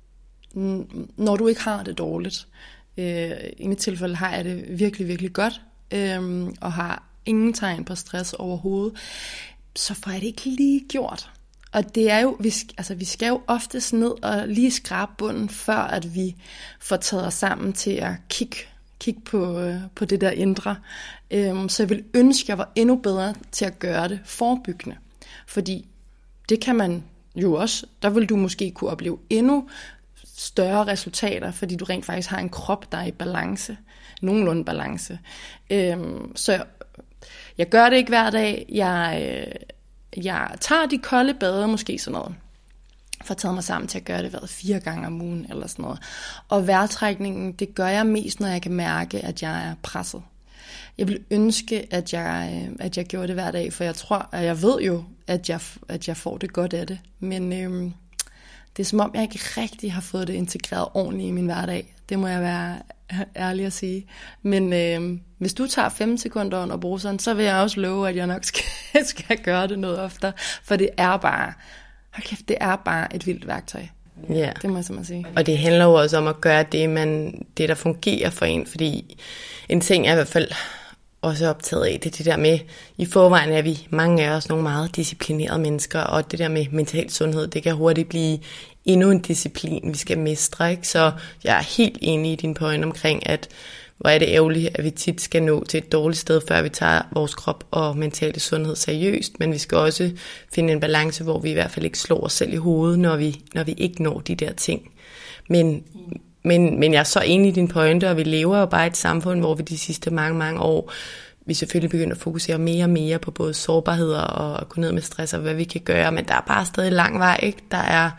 når du ikke har det dårligt, øh, i mit tilfælde har jeg det virkelig, virkelig godt, Øhm, og har ingen tegn på stress overhovedet, så får jeg det ikke lige gjort. Og det er jo, vi, altså, vi skal jo oftest ned og lige skrabe bunden, før at vi får taget os sammen til at kigge, kigge på, øh, på det der indre. Øhm, så jeg vil ønske, at jeg var endnu bedre til at gøre det forebyggende. Fordi det kan man jo også, der vil du måske kunne opleve endnu større resultater, fordi du rent faktisk har en krop, der er i balance, nogenlunde balance. Øhm, så jeg, jeg gør det ikke hver dag. Jeg, øh, jeg tager de kolde bade, måske sådan noget, for at tage mig sammen til at gøre det hvad, fire gange om ugen, eller sådan noget. Og vejrtrækningen, det gør jeg mest, når jeg kan mærke, at jeg er presset. Jeg vil ønske, at jeg, at jeg gjorde det hver dag, for jeg tror, at jeg ved jo, at jeg, at jeg får det godt af det. Men øhm, det er som om, jeg ikke rigtig har fået det integreret ordentligt i min hverdag. Det må jeg være ærlig at sige. Men øh, hvis du tager fem sekunder under bruseren, så vil jeg også love, at jeg nok skal, skal gøre det noget oftere. For det er bare, hold kæft, det er bare et vildt værktøj. Ja. Det må jeg simpelthen sige. Og det handler jo også om at gøre det, man, det der fungerer for en. Fordi en ting er i hvert fald også optaget af, det er det der med, i forvejen er vi mange af os nogle meget disciplinerede mennesker, og det der med mental sundhed, det kan hurtigt blive endnu en disciplin, vi skal mestre, ikke? Så jeg er helt enig i din pointe omkring, at hvor er det ærgerligt, at vi tit skal nå til et dårligt sted, før vi tager vores krop og mentale sundhed seriøst, men vi skal også finde en balance, hvor vi i hvert fald ikke slår os selv i hovedet, når vi, når vi ikke når de der ting. Men, men, men jeg er så enig i din pointe, og vi lever jo bare i et samfund, hvor vi de sidste mange, mange år, vi selvfølgelig begynder at fokusere mere og mere på både sårbarheder og at gå ned med stress og hvad vi kan gøre, men der er bare stadig lang vej, ikke? Der er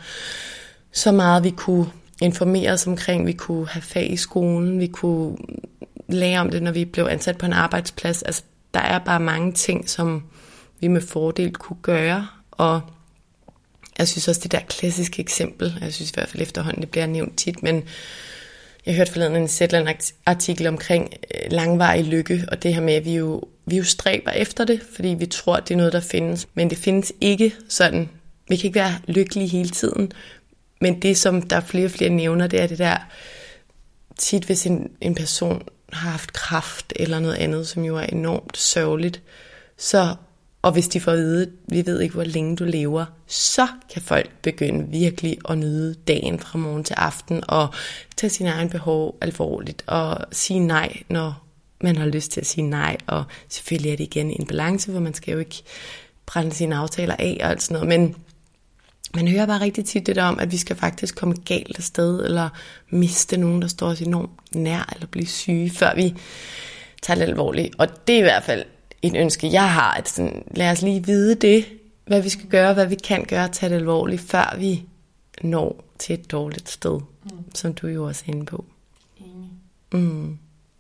så meget, vi kunne informere os omkring, vi kunne have fag i skolen, vi kunne lære om det, når vi blev ansat på en arbejdsplads. Altså, der er bare mange ting, som vi med fordel kunne gøre, og jeg synes også, det der klassiske eksempel, jeg synes i hvert fald efterhånden, det bliver nævnt tit, men jeg hørte forleden en Zetland-artikel omkring langvarig lykke, og det her med, at vi jo, vi jo stræber efter det, fordi vi tror, at det er noget, der findes. Men det findes ikke sådan. Vi kan ikke være lykkelige hele tiden. Men det, som der er flere og flere nævner, det er det der, tit hvis en, en person har haft kræft eller noget andet, som jo er enormt sørgeligt, så, og hvis de får at vide, vi ved ikke, hvor længe du lever, så kan folk begynde virkelig at nyde dagen fra morgen til aften, og tage sine egne behov alvorligt, og sige nej, når man har lyst til at sige nej, og selvfølgelig er det igen en balance, hvor man skal jo ikke brænde sine aftaler af og alt sådan noget, men man hører bare rigtig tit det der om, at vi skal faktisk komme galt afsted, eller miste nogen, der står os enormt nær, eller blive syge, før vi tager det alvorligt. Og det er i hvert fald et ønske, jeg har, at sådan, lad os lige vide det, hvad vi skal gøre, hvad vi kan gøre, at tage det alvorligt, før vi når til et dårligt sted, mm. som du jo også er inde på. Mm. Mm.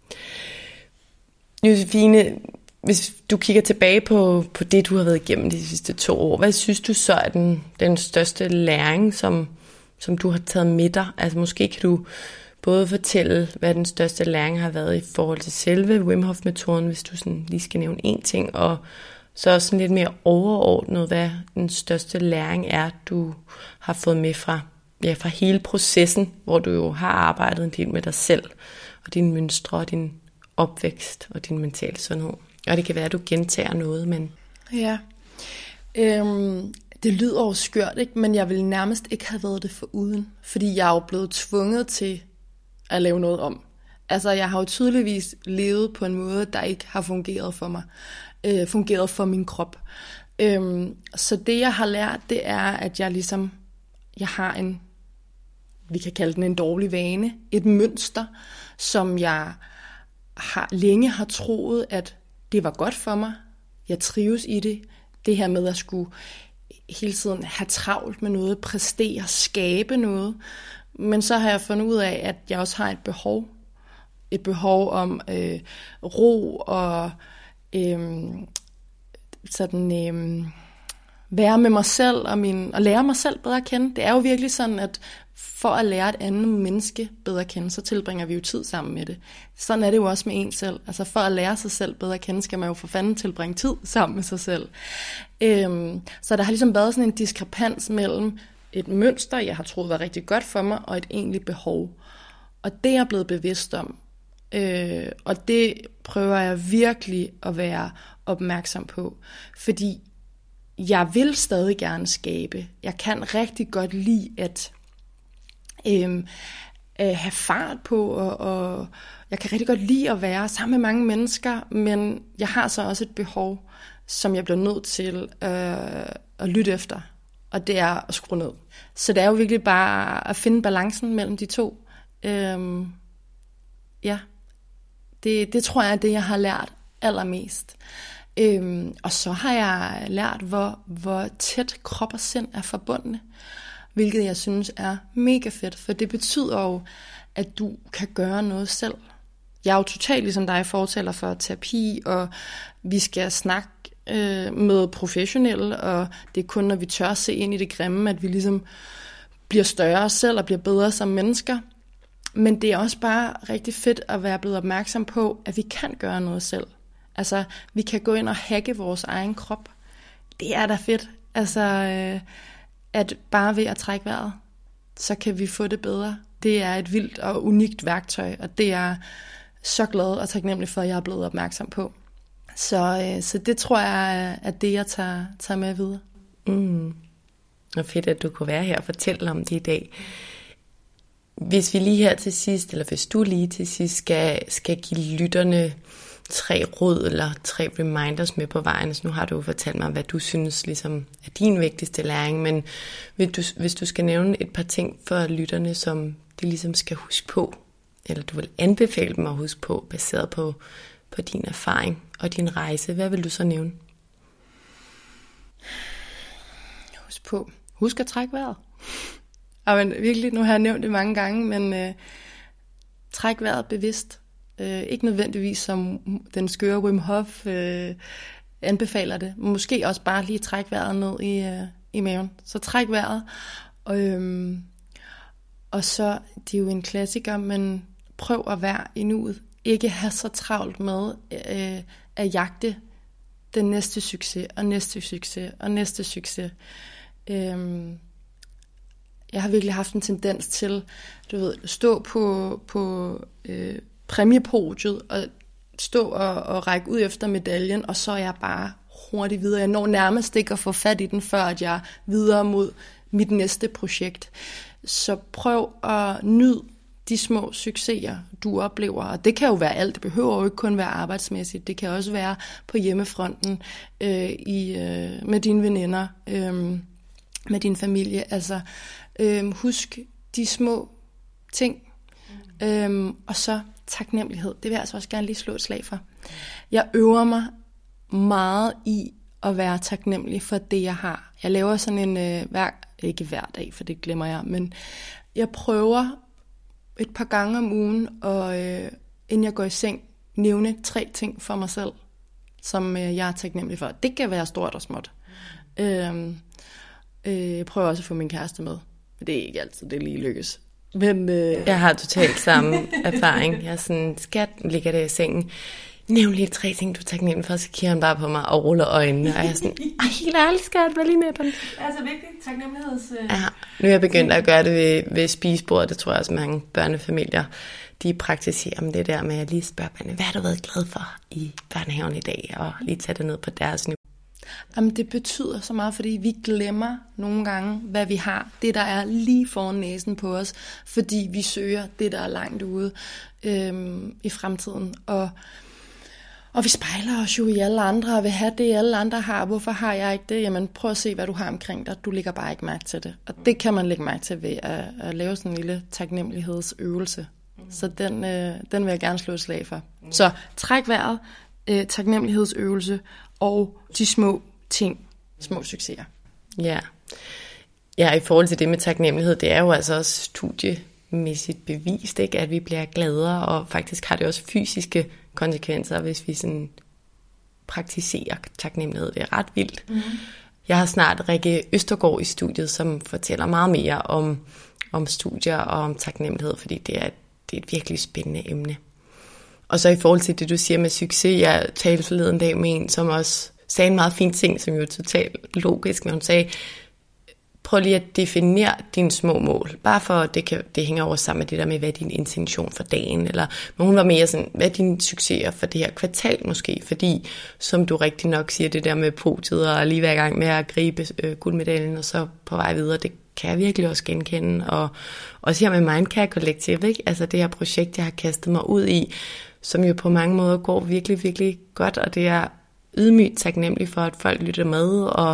Josefine, hvis du kigger tilbage på, på det, du har været igennem de sidste to år, hvad synes du så er den, den største læring, som, som du har taget med dig? Altså måske kan du både fortælle, hvad den største læring har været i forhold til selve Wim Hof-metoden, hvis du sådan lige skal nævne én ting, og så også sådan lidt mere overordnet, hvad den største læring er, du har fået med fra, ja, fra hele processen, hvor du jo har arbejdet en del med dig selv, og dine mønstre, og din opvækst, og din mentale sundhed. Og det kan være, at du gentager noget, men... Ja, øhm, det lyder jo skørt, ikke? Men jeg ville nærmest ikke have været det foruden, fordi jeg er jo blevet tvunget til at lave noget om. Altså, jeg har jo tydeligvis levet på en måde, der ikke har fungeret for mig, øh, fungeret for min krop. Øhm, så det, jeg har lært, det er, at jeg ligesom, jeg har en, vi kan kalde den en dårlig vane, et mønster, som jeg har, længe har troet, at det var godt for mig. Jeg trives i det. Det her med at skulle hele tiden have travlt med noget, præstere, skabe noget. Men så har jeg fundet ud af, at jeg også har et behov. Et behov om øh, ro og øh, sådan øh, være med mig selv og, min, og lære mig selv bedre at kende. Det er jo virkelig sådan, at for at lære et andet menneske bedre at kende, så tilbringer vi jo tid sammen med det. Sådan er det jo også med en selv. Altså for at lære sig selv bedre at kende, skal man jo for fanden tilbringe tid sammen med sig selv. Øhm, så der har ligesom været sådan en diskrepans mellem et mønster, jeg har troet var rigtig godt for mig, og et egentligt behov. Og det er jeg blevet bevidst om. Øh, og det prøver jeg virkelig at være opmærksom på. Fordi jeg vil stadig gerne skabe. Jeg kan rigtig godt lide at Øhm, øh, have fart på, og, og jeg kan rigtig godt lide at være sammen med mange mennesker, men jeg har så også et behov, som jeg bliver nødt til øh, at lytte efter, og det er at skrue ned. Så det er jo virkelig bare at finde balancen mellem de to. Øhm, ja, det, det tror jeg er det, jeg har lært allermest. Øhm, og så har jeg lært, hvor, hvor tæt krop og sind er forbundne. Hvilket jeg synes er mega fedt, for det betyder jo, at du kan gøre noget selv. Jeg er jo totalt ligesom dig fortaler for terapi, og vi skal snakke øh, med professionelle, og det er kun, når vi tør se ind i det grimme, at vi ligesom bliver større selv og bliver bedre som mennesker. men det er også bare rigtig fedt at være blevet opmærksom på, at vi kan gøre noget selv. Altså, vi kan gå ind og hacke vores egen krop. Det er da fedt. Altså, øh, at bare ved at trække vejret, så kan vi få det bedre. Det er et vildt og unikt værktøj, og det er så glad og taknemmelig for, at jeg er blevet opmærksom på. Så, øh, så det tror jeg er det, jeg tager, tager med videre. Mm. Og fedt, at du kunne være her og fortælle om det i dag. Hvis vi lige her til sidst, eller hvis du lige til sidst skal, skal give lytterne tre råd eller tre reminders med på vejen. Så nu har du jo fortalt mig, hvad du synes ligesom er din vigtigste læring, men hvis du, hvis du skal nævne et par ting for lytterne, som de ligesom skal huske på, eller du vil anbefale dem at huske på, baseret på, på din erfaring og din rejse, hvad vil du så nævne? Husk på. Husk at trække vejret. Og men, virkelig, nu har jeg nævnt det mange gange, men øh, træk vejret bevidst. Øh, ikke nødvendigvis som den skøre Wim Hof øh, anbefaler det. Måske også bare lige træk vejret ned i, øh, i maven. Så træk vejret. Og, øh, og så, det er jo en klassiker, men prøv at være i nuet. Ikke have så travlt med øh, at jagte den næste succes, og næste succes, og næste succes. Øh, jeg har virkelig haft en tendens til, du ved, stå på, på øh, præmiepodiet og stå og, og række ud efter medaljen, og så er jeg bare hurtigt videre. Jeg når nærmest ikke at få fat i den, før at jeg er videre mod mit næste projekt. Så prøv at nyde de små succeser, du oplever. Og det kan jo være alt. Det behøver jo ikke kun være arbejdsmæssigt. Det kan også være på hjemmefronten, øh, i, øh, med dine veninder, øh, med din familie. Altså, øh, husk de små ting. Mm. Øh, og så taknemmelighed. Det vil jeg altså også gerne lige slå et slag for. Jeg øver mig meget i at være taknemmelig for det, jeg har. Jeg laver sådan en, øh, hver, ikke hver dag, for det glemmer jeg, men jeg prøver et par gange om ugen, og øh, inden jeg går i seng, nævne tre ting for mig selv, som øh, jeg er taknemmelig for. Det kan være stort og småt. Mm. Øh, øh, jeg prøver også at få min kæreste med, men det er ikke altid, det lige lykkes. Men, øh... Jeg har totalt samme erfaring. Jeg er sådan, skat, ligger der i sengen. Nævn lige tre ting, du er taknemmelig for, så kigger han bare på mig og ruller øjnene. Og jeg er sådan, ej, helt ærligt, skat, vær lige med på den. Det er altså vigtigt, taknemmeligheds... Ja, nu er jeg begyndt at gøre det ved, ved spisebordet. Det tror jeg også mange børnefamilier, de praktiserer med det der med at lige spørge børnene, hvad har du været glad for i børnehaven i dag? Og lige tage det ned på deres niveau. Jamen, det betyder så meget, fordi vi glemmer nogle gange, hvad vi har. Det, der er lige foran næsen på os, fordi vi søger det, der er langt ude øhm, i fremtiden. Og, og vi spejler os jo i alle andre, og vil have det, alle andre har. Hvorfor har jeg ikke det? Jamen, prøv at se, hvad du har omkring dig. Du lægger bare ikke mærke til det. Og det kan man lægge mærke til ved at, at lave sådan en lille taknemmelighedsøvelse. Så den, øh, den vil jeg gerne slå et slag for. Så træk vejret, øh, taknemmelighedsøvelse, og de små ting, små succeser. Ja. Ja, i forhold til det med taknemmelighed, det er jo altså også studiemæssigt bevist, ikke, at vi bliver gladere, og faktisk har det også fysiske konsekvenser, hvis vi sådan praktiserer taknemmelighed. Det er ret vildt. Mm-hmm. Jeg har snart Rikke Østergaard i studiet, som fortæller meget mere om, om studier og om taknemmelighed, fordi det er, det er et virkelig spændende emne. Og så i forhold til det, du siger med succes, jeg talte forleden dag med en, som også sagde en meget fin ting, som jo er totalt logisk, når hun sagde, prøv lige at definere dine små mål, bare for det, kan, det hænger over sammen med det der med, hvad er din intention for dagen, eller, men hun var mere sådan, hvad er dine succeser for det her kvartal måske, fordi, som du rigtig nok siger, det der med podiet, og lige være i gang med at gribe øh, guldmedaljen, og så på vej videre, det kan jeg virkelig også genkende, og også her med Mindcare Collective, ikke? Altså det her projekt, jeg har kastet mig ud i, som jo på mange måder går virkelig, virkelig godt, og det er ydmygt taknemmelig for, at folk lytter med, og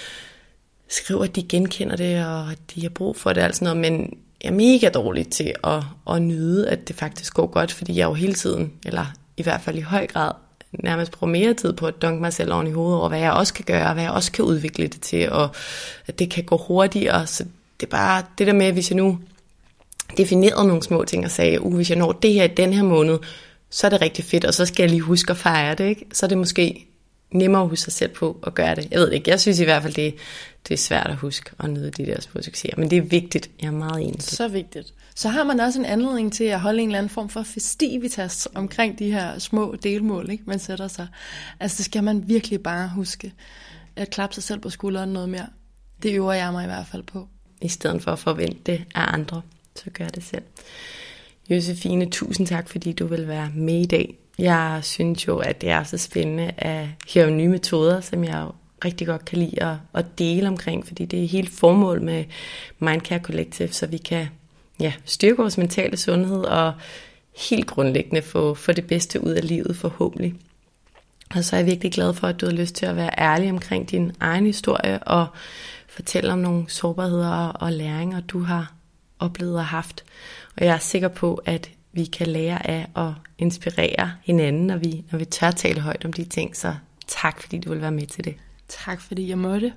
skriver, at de genkender det, og at de har brug for det, og sådan noget, men jeg er mega dårlig til at, at nyde, at det faktisk går godt, fordi jeg jo hele tiden, eller i hvert fald i høj grad, nærmest bruger mere tid på at dunke mig selv oven i hovedet over, hvad jeg også kan gøre, og hvad jeg også kan udvikle det til, og at det kan gå hurtigere, så det er bare det der med, hvis jeg nu definerede nogle små ting og sagde, uh, hvis jeg når det her i den her måned, så er det rigtig fedt, og så skal jeg lige huske at fejre det, ikke? Så er det måske nemmere at huske sig selv på at gøre det. Jeg ved det ikke, jeg synes i hvert fald, det, det er svært at huske at nyde de der små succeser, men det er vigtigt, jeg er meget enig. Så vigtigt. Så har man også en anledning til at holde en eller anden form for festivitas omkring de her små delmål, ikke? Man sætter sig. Altså det skal man virkelig bare huske, at klappe sig selv på skulderen noget mere. Det øver jeg mig i hvert fald på. I stedet for at forvente det af andre, så gør det selv. Josefine, tusind tak, fordi du vil være med i dag. Jeg synes jo, at det er så spændende at høre nye metoder, som jeg rigtig godt kan lide at, at dele omkring, fordi det er helt formål med Mindcare Collective, så vi kan ja, styrke vores mentale sundhed og helt grundlæggende få, få det bedste ud af livet forhåbentlig. Og så er jeg virkelig glad for, at du har lyst til at være ærlig omkring din egen historie og fortælle om nogle sårbarheder og læringer, du har oplevet og haft. Og jeg er sikker på, at vi kan lære af at inspirere hinanden, når vi, når vi tør tale højt om de ting. Så tak, fordi du vil være med til det. Tak, fordi jeg måtte.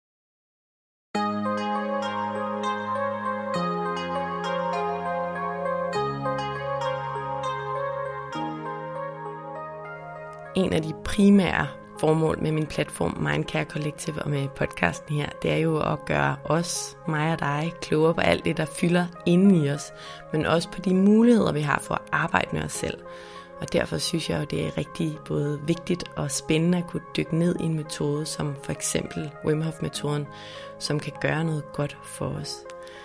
En af de primære formål med min platform Mindcare Collective og med podcasten her, det er jo at gøre os, mig og dig, klogere på alt det, der fylder inde i os, men også på de muligheder, vi har for at arbejde med os selv. Og derfor synes jeg jo, det er rigtig både vigtigt og spændende at kunne dykke ned i en metode, som for eksempel Wim Hof-metoden, som kan gøre noget godt for os.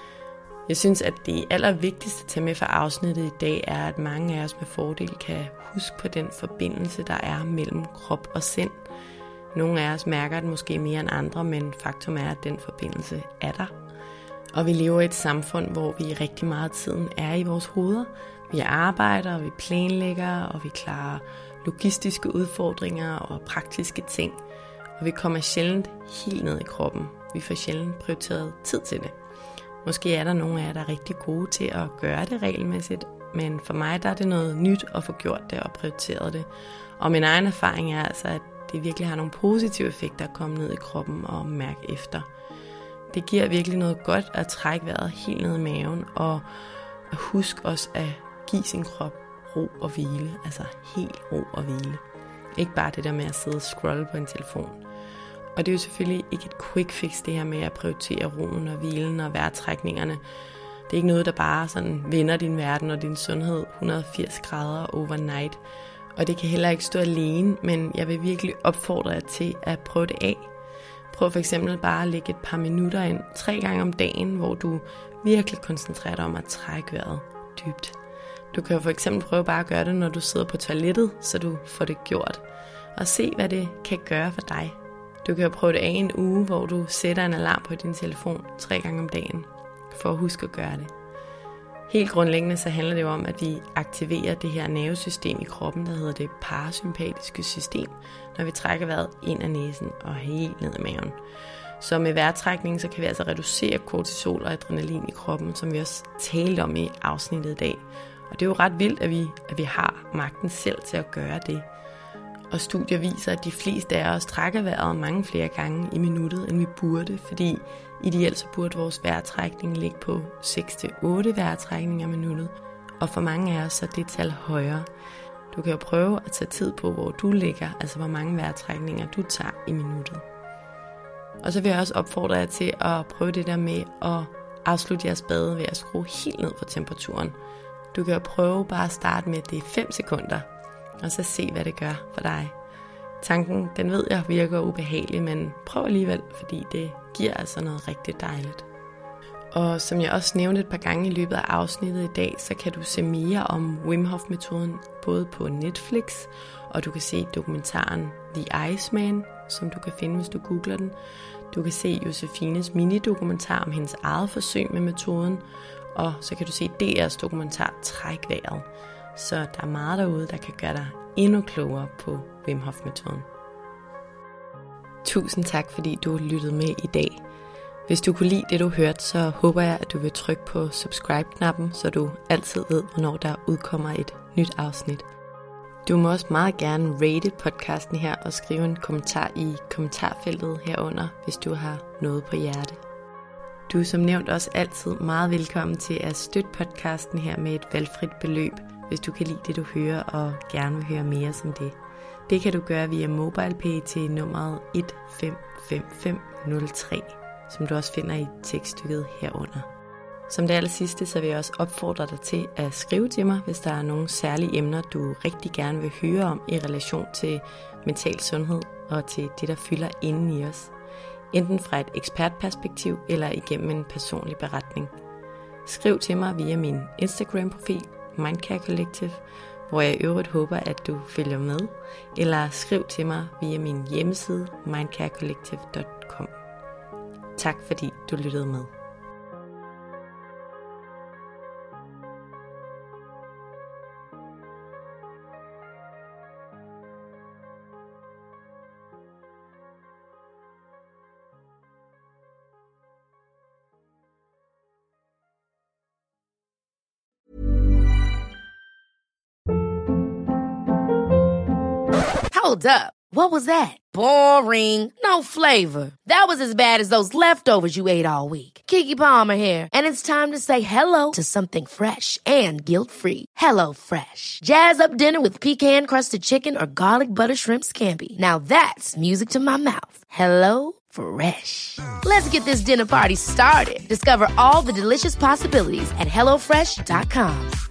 Jeg synes, at det allervigtigste at tage med for afsnittet i dag er, at mange af os med fordel kan huske på den forbindelse, der er mellem krop og sind. Nogle af os mærker det måske mere end andre, men faktum er, at den forbindelse er der. Og vi lever i et samfund, hvor vi rigtig meget af tiden er i vores hoveder. Vi arbejder, og vi planlægger, og vi klarer logistiske udfordringer og praktiske ting. Og vi kommer sjældent helt ned i kroppen. Vi får sjældent prioriteret tid til det. Måske er der nogle af jer, der er rigtig gode til at gøre det regelmæssigt, men for mig der er det noget nyt at få gjort det og prioriteret det. Og min egen erfaring er altså, at det virkelig har nogle positive effekter at komme ned i kroppen og mærke efter. Det giver virkelig noget godt at trække vejret helt ned i maven og at huske også at give sin krop ro og hvile, altså helt ro og hvile. Ikke bare det der med at sidde og scrolle på en telefon. Og det er jo selvfølgelig ikke et quick fix, det her med at prioritere roen og hvilen og vejrtrækningerne. Det er ikke noget, der bare sådan vender din verden og din sundhed et hundrede og firs grader overnight. Og det kan heller ikke stå alene, men jeg vil virkelig opfordre jer til at prøve det af. Prøv for eksempel bare at lægge et par minutter ind tre gange om dagen, hvor du virkelig koncentrerer dig om at trække vejret dybt. Du kan jo for eksempel prøve bare at gøre det, når du sidder på toilettet, så du får det gjort. Og se, hvad det kan gøre for dig. Du kan jo prøve det af en uge, hvor du sætter en alarm på din telefon tre gange om dagen, for at huske at gøre det. Helt grundlæggende så handler det jo om, at vi aktiverer det her nervesystem i kroppen, der hedder det parasympatiske system, når vi trækker vejret ind af næsen og helt ned i maven. Så med vejrtrækning, så kan vi altså reducere kortisol og adrenalin i kroppen, som vi også talte om i afsnittet i dag. Og det er jo ret vildt, at vi, at vi har magten selv til at gøre det. Og studier viser, at de fleste af os trækker vejret mange flere gange i minuttet, end vi burde, fordi ideelt så burde vores vejrtrækning ligge på seks til otte vejrtrækninger i minuttet. Og for mange af os så er det tal højere. Du kan jo prøve at tage tid på, hvor du ligger, altså hvor mange vejrtrækninger du tager i minuttet. Og så vil jeg også opfordre jer til at prøve det der med at afslutte jeres bade ved at skrue helt ned på temperaturen. Du kan jo prøve bare at starte med, at det er fem sekunder, og så se, hvad det gør for dig. Tanken, den ved jeg virker ubehagelig, men prøv alligevel, fordi det giver altså noget rigtig dejligt. Og som jeg også nævnte et par gange i løbet af afsnittet i dag, så kan du se mere om Wim Hof-metoden både på Netflix, og du kan se dokumentaren The Iceman, som du kan finde, hvis du googler den. Du kan se Josefines mini-dokumentar om hendes eget forsøg med metoden, og så kan du se D R's dokumentar Træk vejret. Så der er meget derude, der kan gøre dig endnu klogere på Wim Hof-metoden. Tusind tak, fordi du lyttede med i dag. Hvis du kunne lide det, du hørte, så håber jeg, at du vil trykke på subscribe-knappen, så du altid ved, hvornår der udkommer et nyt afsnit. Du må også meget gerne rate podcasten her og skrive en kommentar i kommentarfeltet herunder, hvis du har noget på hjerte. Du er som nævnt også altid meget velkommen til at støtte podcasten her med et valgfrit beløb, hvis du kan lide det, du hører og gerne vil høre mere som det. Det kan du gøre via MobilePay til nummeret et fem fem fem nul tre, som du også finder i tekststykket herunder. Som det aller sidste, så vil jeg også opfordre dig til at skrive til mig, hvis der er nogle særlige emner, du rigtig gerne vil høre om i relation til mental sundhed og til det, der fylder inden i os. Enten fra et ekspertperspektiv eller igennem en personlig beretning. Skriv til mig via min Instagram-profil, Mindcare Collective, hvor jeg i øvrigt håber, at du følger med, eller skriv til mig via min hjemmeside, mindcare collective punktum com. Tak fordi du lyttede med. Hold up. What was that? Boring. No flavor. That was as bad as those leftovers you ate all week. Keke Palmer here, and it's time to say hello to something fresh and guilt-free. Hello Fresh. Jazz up dinner with pecan-crusted chicken or garlic butter shrimp scampi. Now that's music to my mouth. Hello Fresh. Let's get this dinner party started. Discover all the delicious possibilities at hello fresh dot com.